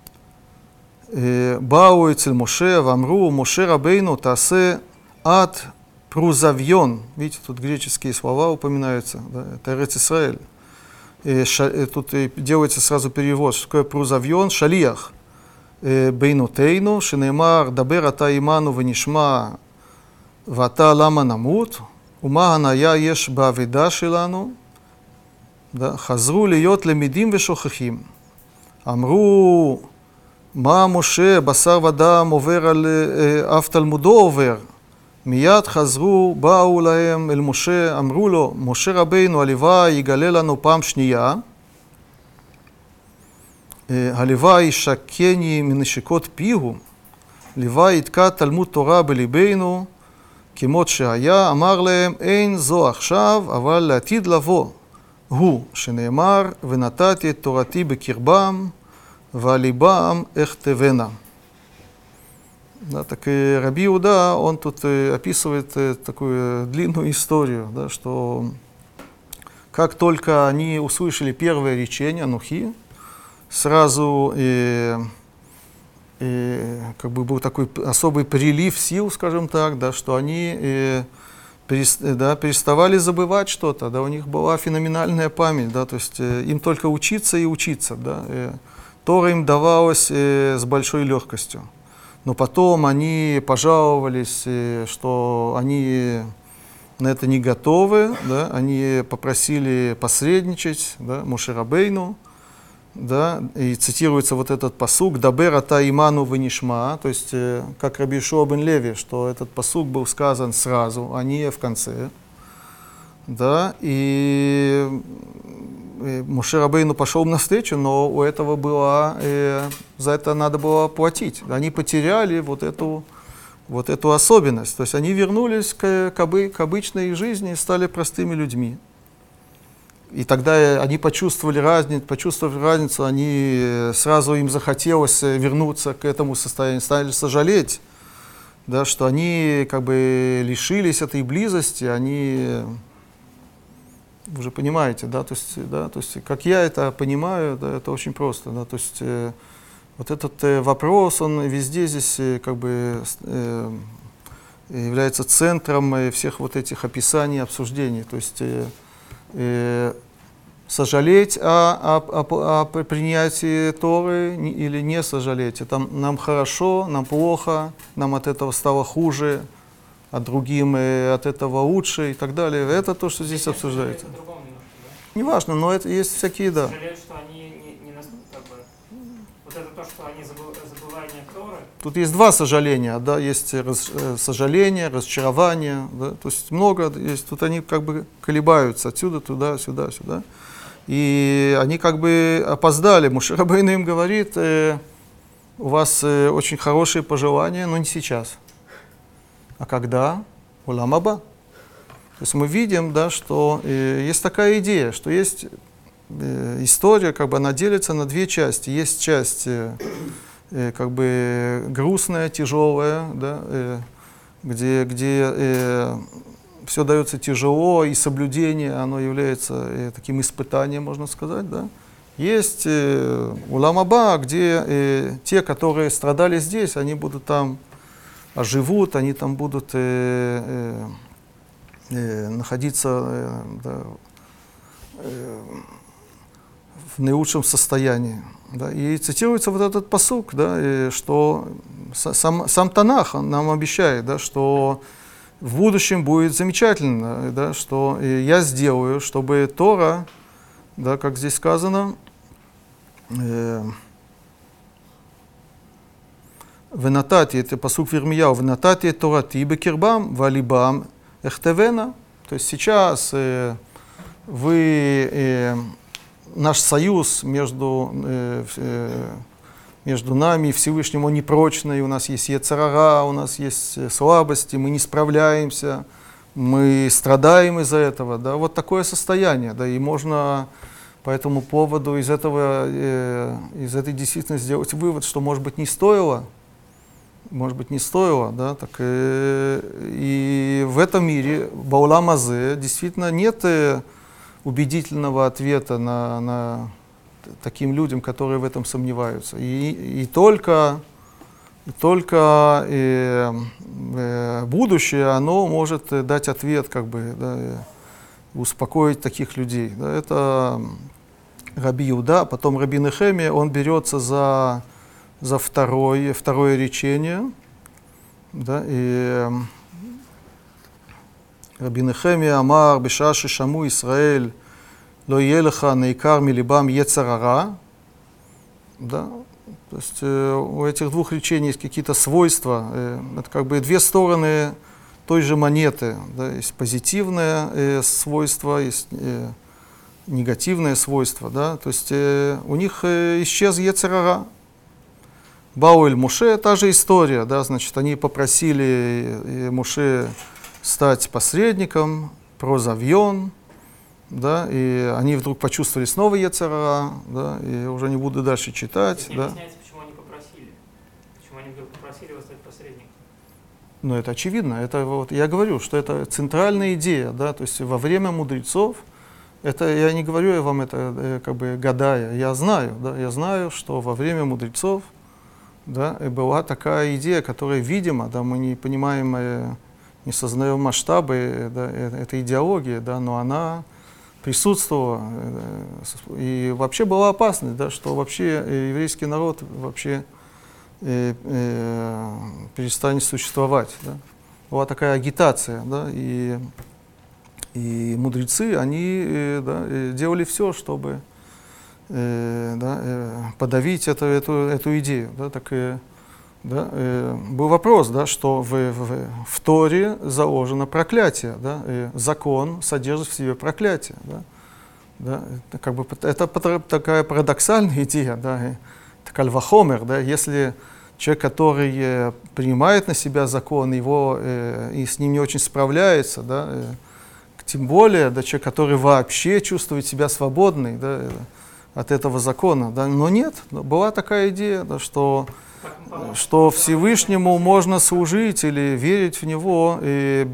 באו אצל משה ואמרו, משה רבינו תעשה ад прузавьон. Видите, тут греческие слова упоминаются. Да? Это Эрец Исраэль. Тут делается сразу перевод. Что такое прузавьон? Шалиях. בינותינו, שנאמר, דבר אתה עמנו ונשמע, ואתה למה נמות, ומה הניה יש בעבודה שלנו, חזרו להיות למידים ושוכחים. אמרו, מה משה, בשר ודם, עובר על אף תלמודו עובר. מיד חזרו, באו להם אל משה, אמרו לו, משה רבינו, הלוואי יגלה לנו פעם שנייה, הלוואי ישקני מנשיקות פיהו, לוואי יתקע תלמוד תורה בליבנו, כמות שהיה, אמר להם, אין זו עכשיו, אבל לעתיד לבוא. הוא שנאמר, ונתתי את תורתי בקרבם, ועל ליבם אכתבנה. Да, так и Раби Иуда, он тут описывает такую длинную историю, да, что как только они услышали первое речение Анухи, сразу как бы был такой особый прилив сил, скажем так, да, что они переставали забывать что-то, да, у них была феноменальная память, да, то есть им только учиться и учиться, да, Тора им давалась с большой легкостью. Но потом они пожаловались, что они на это не готовы, да, они попросили посредничать, да, Моше Рабейну, да, и цитируется вот этот пасук «Дабер ата иману венишма», то есть как Раби Йошуа бен Леви, что этот пасук был сказан сразу, а не в конце. Да, и Моше Рабейну пошел навстречу, но у этого была, за это надо было платить. Они потеряли вот эту особенность. То есть они вернулись к обычной жизни и стали простыми людьми. И тогда они почувствовали разницу, они сразу им захотелось вернуться к этому состоянию, стали сожалеть, да, что они как бы лишились этой близости, они... Вы же понимаете, да, то есть, как я это понимаю, да, это очень просто, да, то есть, вот этот вопрос, он везде здесь как бы является центром всех вот этих описаний, обсуждений, то есть, сожалеть о принятии Торы или не сожалеть, это нам хорошо, нам плохо, нам от этого стало хуже, а другим от этого лучше и так далее. Это то, что здесь обсуждается. Неважно, но это есть всякие, да. Сожалеют, что они не как бы... Вот это то, что они забывание Торы. Тут есть два сожаления, да, есть сожаление, разочарование, да, то есть много есть. Тут они как бы колебаются отсюда, туда, сюда, сюда. И они как бы опоздали. Моше Рабейну им говорит, у вас очень хорошие пожелания, но не сейчас. А когда? Улам аба. То есть мы видим, да, что есть такая идея, что есть история, как бы она делится на две части. Есть часть как бы грустная, тяжелая, да, где все дается тяжело, и соблюдение, оно является таким испытанием, можно сказать, да. Есть улам аба, где те, которые страдали здесь, они будут там оживут, они там будут находиться в наилучшем состоянии. Да. И цитируется вот этот пасук, да, что сам Танах нам обещает, да, что в будущем будет замечательно, да, что я сделаю, чтобы Тора, да, как здесь сказано, венатати, это пасук Вирмияу, венатати торати бекирбам, валибам эхтевена. То есть сейчас наш союз между нами и Всевышним, он непрочный, у нас есть йецер ара, у нас есть слабости, мы не справляемся, мы страдаем из-за этого, да, вот такое состояние, да, и можно по этому поводу из этой действительности сделать вывод, что, может быть, не стоило, да, так и в этом мире, баулам азе, действительно нет убедительного ответа на таким людям, которые в этом сомневаются. И только будущее, оно может дать ответ, как бы, да, успокоить таких людей. Да. Это Раби Иуда, потом Раби Нехемия, он берется за второе речение. Да, и Раби Нехемия амар беша шешаму Исраэль ло елеха наикар милибам йецер ара. Да, то есть у этих двух речений есть какие-то свойства. Это как бы две стороны той же монеты. Да, есть позитивное свойство, есть негативное свойство. Да, то есть у них исчез йецер ара. Бауль Муше, та же история, да, значит, они попросили Муше стать посредником, прозавьон, да, и они вдруг почувствовали снова йецер ара, да, и уже не буду дальше читать. Не да. объясняется, почему они попросили. Почему они вдруг попросили его стать посредником. Но это очевидно, это вот, я говорю, что это центральная идея, да, то есть во время мудрецов, это я не говорю вам это как бы гадая, я знаю, что во время мудрецов, да, была такая идея, которая, видимо, да, мы не понимаем, не сознаем масштабы, да, этой идеологии, да, но она присутствовала. И вообще была опасность, да, что вообще еврейский народ вообще перестанет существовать. Да. Была такая агитация, да, и мудрецы, они делали все, чтобы подавить эту идею. Да, так, был вопрос, да, что в Торе заложено проклятие. Да, закон содержит в себе проклятие. Да, да, это такая парадоксальная идея. Да, кальвахомер, да, если человек, который принимает на себя закон, и с ним не очень справляется, да, тем более да, человек, который вообще чувствует себя свободный, да, от этого закона. Да? Но нет, была такая идея, да, что Всевышнему можно служить или верить в Него, и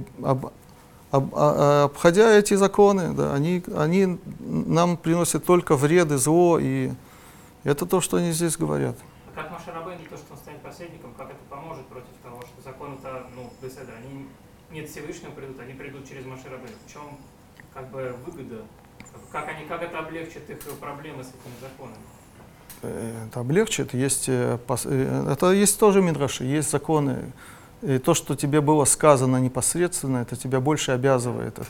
обходя эти законы, да, они нам приносят только вред и зло, и это то, что они здесь говорят. А как Моше Рабейну, то, что он станет посредником, как это поможет против того, что законы-то, беседа, они нет Всевышнего придут, они придут через Моше Рабейну. В чем как бы выгода? Как это облегчит их проблемы с этими законами? Это облегчит. Это есть тоже мидраши, есть законы. И то, что тебе было сказано непосредственно, это тебя больше обязывает.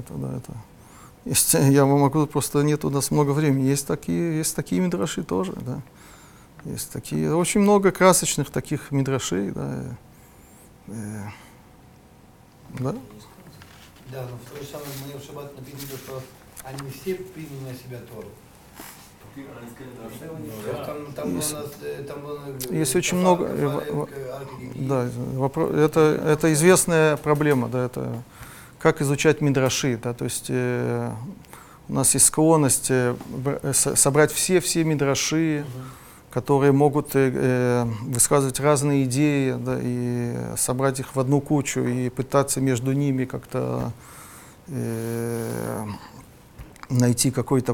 Я могу, просто нет у нас много времени. Есть такие мидраши тоже. Да. Есть такие, очень много красочных таких мидрашей. Да. Да? Да, но в то же самое мне в шаббат написано, что они все приняли на себя Тору. Есть очень много. Да, это известная проблема, да, это как изучать мидраши, да, то есть у нас есть склонность собрать все мидраши, которые могут высказывать разные идеи, да, и собрать их в одну кучу и пытаться между ними как-то найти какой-то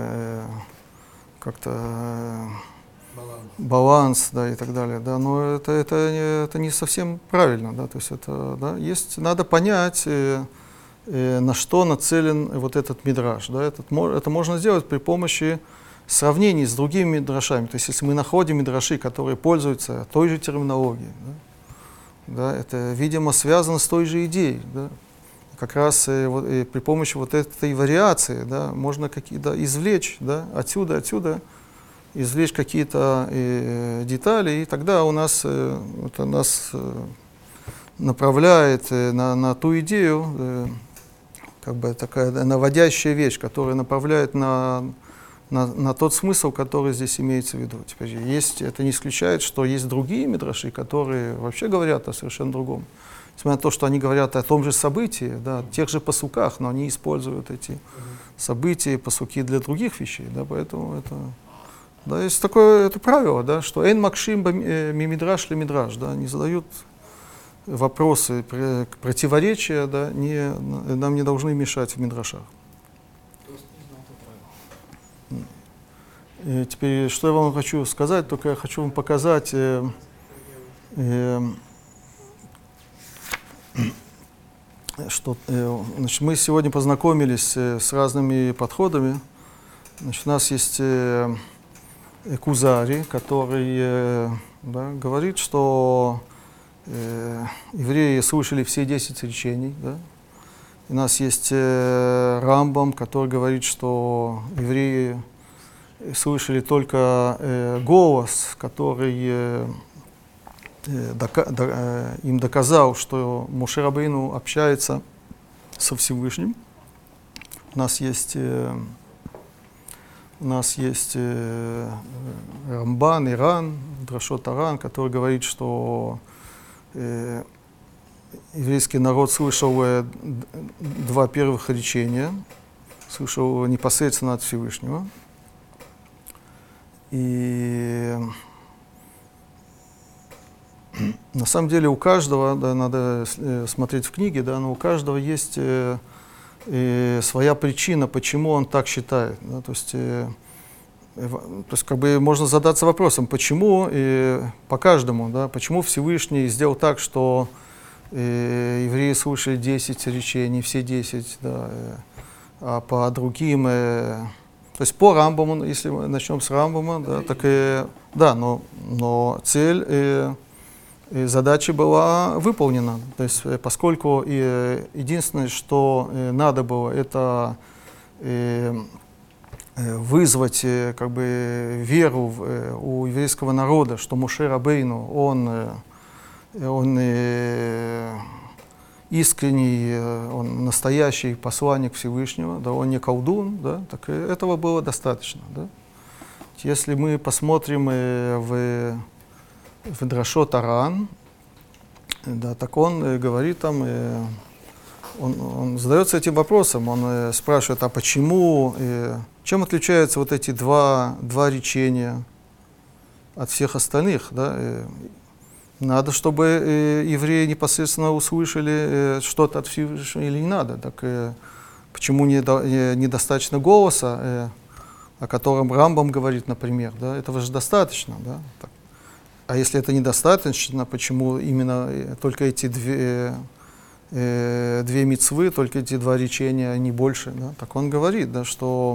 баланс, да, и так далее. Да, но это не совсем правильно. Да, то есть надо понять, на что нацелен вот этот мидраш. Да, это можно сделать при помощи сравнений с другими мидрашами. То есть если мы находим мидраши, которые пользуются той же терминологией, да, это, видимо, связано с той же идеей. Да. Как раз при помощи вот этой вариации, да, можно извлечь, да, отсюда извлечь какие-то детали, и тогда у нас, это нас направляет на ту идею, как бы такая наводящая вещь, которая направляет на тот смысл, который здесь имеется в виду. Теперь это не исключает, что есть другие мидраши, которые вообще говорят о совершенно другом. Несмотря на то, что они говорят о том же событии, да, тех же пасуках, но они используют эти события, пасуки для других вещей. Да, поэтому это, да, есть такое это правило, да, что «эн макшим ми мидраш ли мидраш», да, не задают вопросы, противоречия, да, нам не должны мешать в мидрашах. И теперь, что я вам хочу сказать, только я хочу вам показать, что значит, мы сегодня познакомились с разными подходами. Значит, у нас есть Кузари, который да, говорит, что евреи слушали все 10 речений. Да? У нас есть Рамбам, который говорит, что евреи слышали только голос, который им доказал, что Моше Рабейну общается со Всевышним. У нас есть Рамбан, Иран, Драшот Аран, который говорит, что еврейский народ слышал 2 первых речения, слышал непосредственно от Всевышнего. И на самом деле у каждого, да, надо смотреть в книге, да, но у каждого есть своя причина, почему он так считает. Да, то есть как бы можно задаться вопросом, почему по каждому, да, почему Всевышний сделал так, что евреи слушали 10 речений, все 10, да, а по другим... То есть по Рамбаму, если мы начнем с Рамбама, да, так да, но цель и задача была выполнена. То есть поскольку единственное, что надо было, это вызвать как бы веру у еврейского народа, что Моше Рабейну, он искренний, он настоящий посланник Всевышнего, да, он не колдун, да, так этого было достаточно. Да. Если мы посмотрим в Драшот Аран, да, так он говорит там, он задается этим вопросом, он спрашивает, а почему, чем отличаются вот эти два речения от всех остальных, да? Надо, чтобы евреи непосредственно услышали что-то от Всевышнего или не надо. Так почему недостаточно голоса, о котором Рамбам говорит, например, да? Этого же достаточно. Да? Так. А если это недостаточно, почему именно только эти две мицвы, только эти 2 речения, а не больше? Да? Так он говорит, да, что...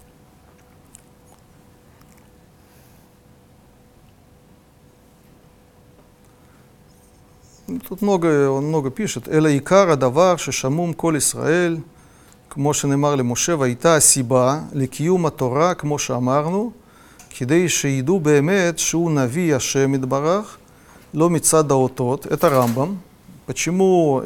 Тут он много пишет. «Эла икара давар шешамум кол Исраэль, כמו שנאמר למשה, והייתה הסיבה לקיום התורה, כמו שאמרנו, כדי שידעו באמת שהוא נביא השם יתברך, לא מצד האותות». Это Рамбам. Почему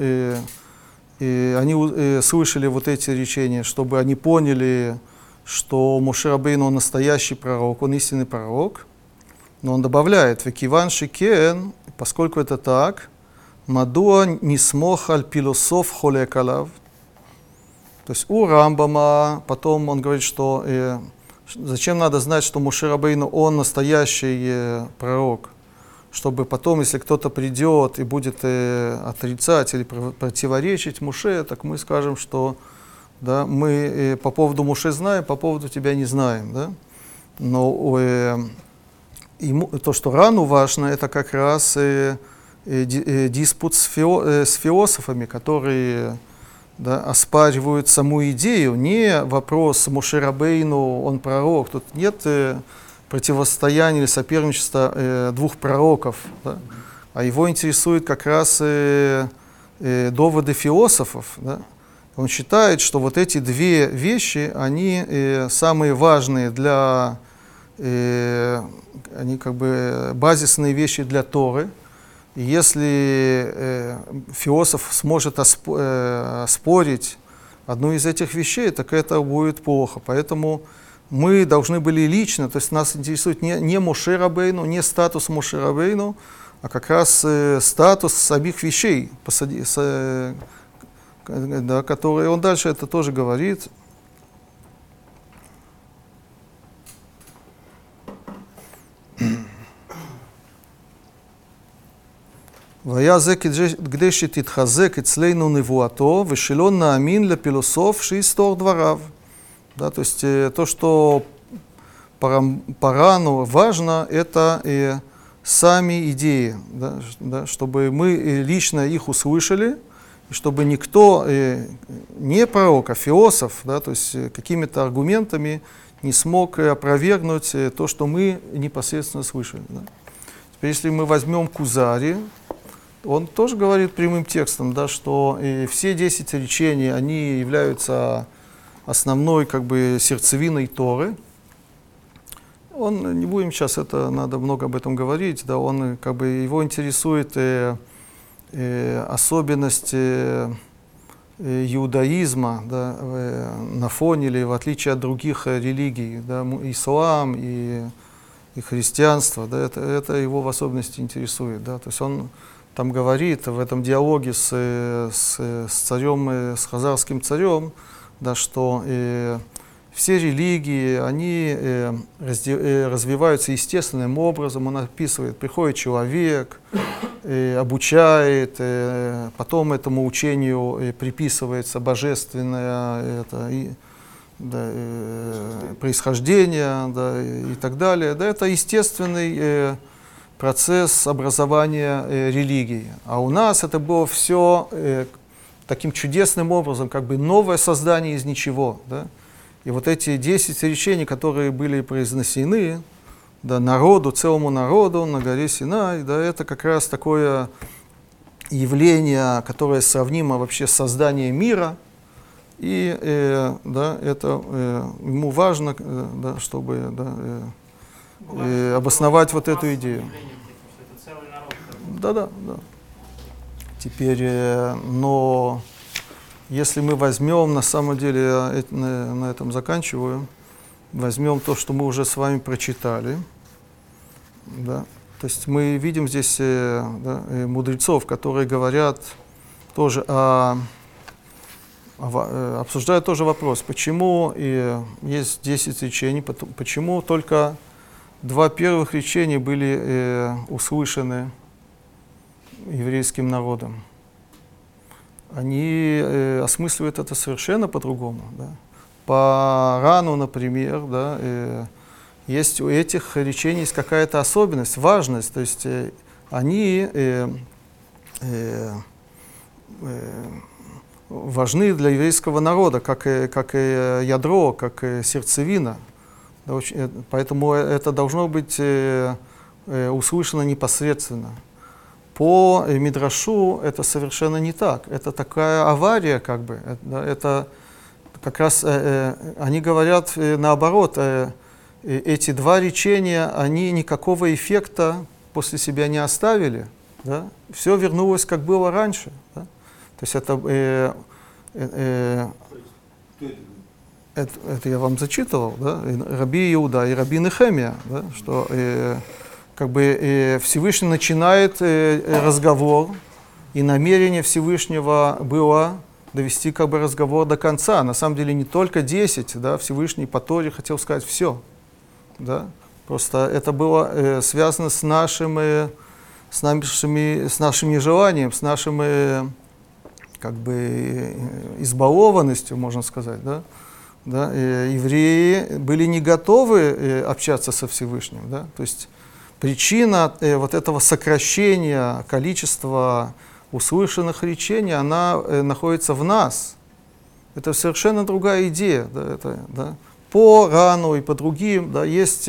они слышали вот эти речения, чтобы они поняли, что Моше Рабейну он настоящий пророк, он истинный пророк. Но он добавляет, «Векиван шикен», поскольку это так, «Мадуа не смох аль пилософ холек алав». То есть у Рамбама, потом он говорит, что зачем надо знать, что Моше Рабейну он настоящий пророк, чтобы потом, если кто-то придет и будет отрицать или противоречить Моше, так мы скажем, что да, мы по поводу Моше знаем, по поводу тебя не знаем. Да? Но то, что рану важно, это как раз диспут с философами, которые да, оспаривают саму идею, не вопрос Моше Рабейну, он пророк. Тут нет противостояния или соперничества 2 пророков, да? А его интересуют как раз доводы философов. Да? Он считает, что вот эти 2 вещи, они самые важные для они как бы базисные вещи для Торы. И если философ сможет оспорить одну из этих вещей, так это будет плохо. Поэтому мы должны были лично, то есть нас интересует не Моше Рабейну, не статус Моше Рабейну, а как раз статус самих вещей, да, которые он дальше это тоже говорит. והיה זה כדי שתתחזק אצלנו נבואתו ושלא נאמין לפילוסוף שיסתור דבריו. Да, то есть то, что Парану важно, это сами идеи, да, чтобы мы лично их услышали, и чтобы никто, не пророк, а философ, да, то есть какими-то аргументами не смог опровергнуть то, что мы непосредственно слышали. Да. Теперь, если мы возьмем Кузари, он тоже говорит прямым текстом, да, что все 10 речений, они являются основной как бы сердцевиной Торы. Он, не будем сейчас, это надо много об этом говорить, да, он как бы его интересует особенности иудаизма, да, на фоне или в отличие от других религий, да, ислам и христианство, да, это его в особенности интересует, да, то есть он там говорит в этом диалоге с царем, с хазарским царем, да, что все религии, они развиваются естественным образом. Он описывает, приходит человек, обучает, потом этому учению приписывается божественное происхождение, да, и так далее. Да, это естественный процесс образования религии. А у нас это было все таким чудесным образом, как бы новое создание из ничего. Да? И вот эти 10 речений, которые были произнесены, да, народу, целому народу на горе Синай, да, это как раз такое явление, которое сравнимо вообще с созданием мира. И да, это ему важно, да, чтобы обосновать вот эту идею. Да. Теперь, но если мы возьмем, на самом деле, на этом заканчиваю, возьмем то, что мы уже с вами прочитали, да, то есть мы видим здесь да, мудрецов, которые говорят тоже обсуждают тоже вопрос, почему есть 10 речений, почему только 2 первых речения были услышаны еврейским народом. Они осмысливают это совершенно по-другому. Да. По Рану, например, да, есть у этих речений есть какая-то особенность, важность, то есть они важны для еврейского народа, как ядро, как сердцевина. Поэтому это должно быть услышано непосредственно. По Мидрашу это совершенно не так. Это такая авария, как бы. Это как раз они говорят наоборот. Эти 2 речения, они никакого эффекта после себя не оставили. Да? Все вернулось, как было раньше. Да? То есть это я вам зачитывал, да? Раби Иуда и Раби Нехемия, да? Что как бы Всевышний начинает разговор, и намерение Всевышнего было довести как бы разговор до конца. На самом деле не только 10, да? Всевышний по Торе хотел сказать все. Да? Просто это было связано с нашими желаниями, с нашими как бы избалованностью, можно сказать. Да? Да? Евреи были не готовы общаться со Всевышним. Да? То есть причина вот этого сокращения количества услышанных речений, она находится в нас. Это совершенно другая идея. Да? Да? По Рану и по другим, да, есть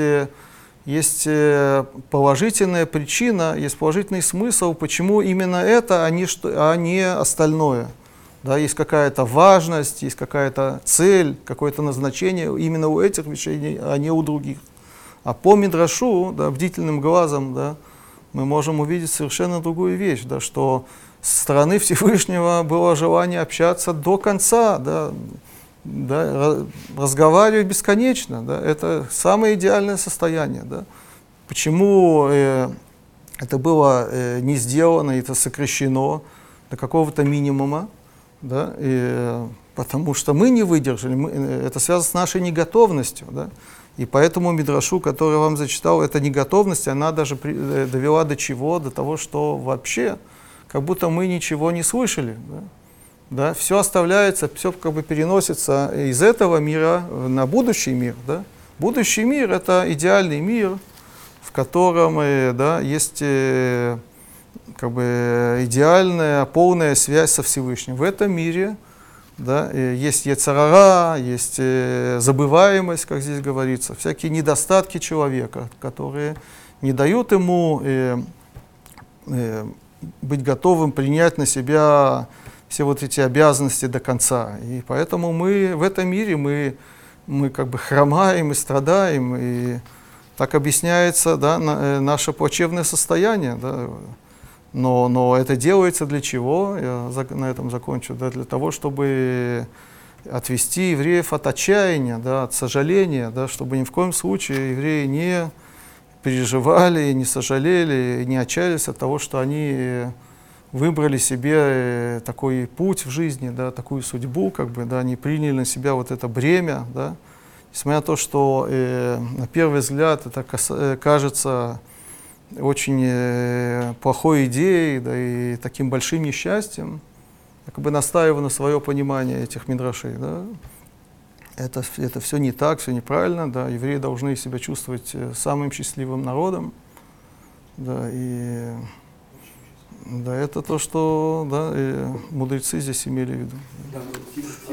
положительная причина, есть положительный смысл, почему именно это, а не остальное. Да, есть какая-то важность, есть какая-то цель, какое-то назначение именно у этих вещей, а не у других. А по мидрашу, да, бдительным глазом, да, мы можем увидеть совершенно другую вещь, да, что со стороны Всевышнего было желание общаться до конца, да, разговаривать бесконечно. Да, это самое идеальное состояние. Да. Почему это было не сделано, это сокращено до какого-то минимума? Да, потому что мы не выдержали, это связано с нашей неготовностью. Да. И поэтому мидрашу, который я вам зачитал, эта неготовность, она даже довела до чего? До того, что вообще, как будто мы ничего не слышали. Да. Да, все оставляется, все как бы переносится из этого мира на будущий мир. Да. Будущий мир — это идеальный мир, в котором да, есть как бы идеальная, полная связь со Всевышним. В этом мире да, есть йецер ара, есть забываемость, как здесь говорится, всякие недостатки человека, которые не дают ему быть готовым принять на себя все вот эти обязанности до конца. И поэтому мы в этом мире мы как бы хромаем и страдаем, и так объясняется да, наше плачевное состояние. Да. Но это делается для чего? Я на этом закончу. Да, для того, чтобы отвести евреев от отчаяния, да, от сожаления, да, чтобы ни в коем случае евреи не переживали, не сожалели, не отчаялись от того, что они выбрали себе такой путь в жизни, да, такую судьбу, как бы, да, они приняли на себя вот это бремя. Да. Несмотря на то, что на первый взгляд это кажется очень плохой идеей, да, и таким большим несчастьем, я как бы настаиваю на свое понимание этих мидрашей. Да. Это все не так, все неправильно. Да. Евреи должны себя чувствовать самым счастливым народом. Да, и да, это то, что да, мудрецы здесь имели в виду. Да,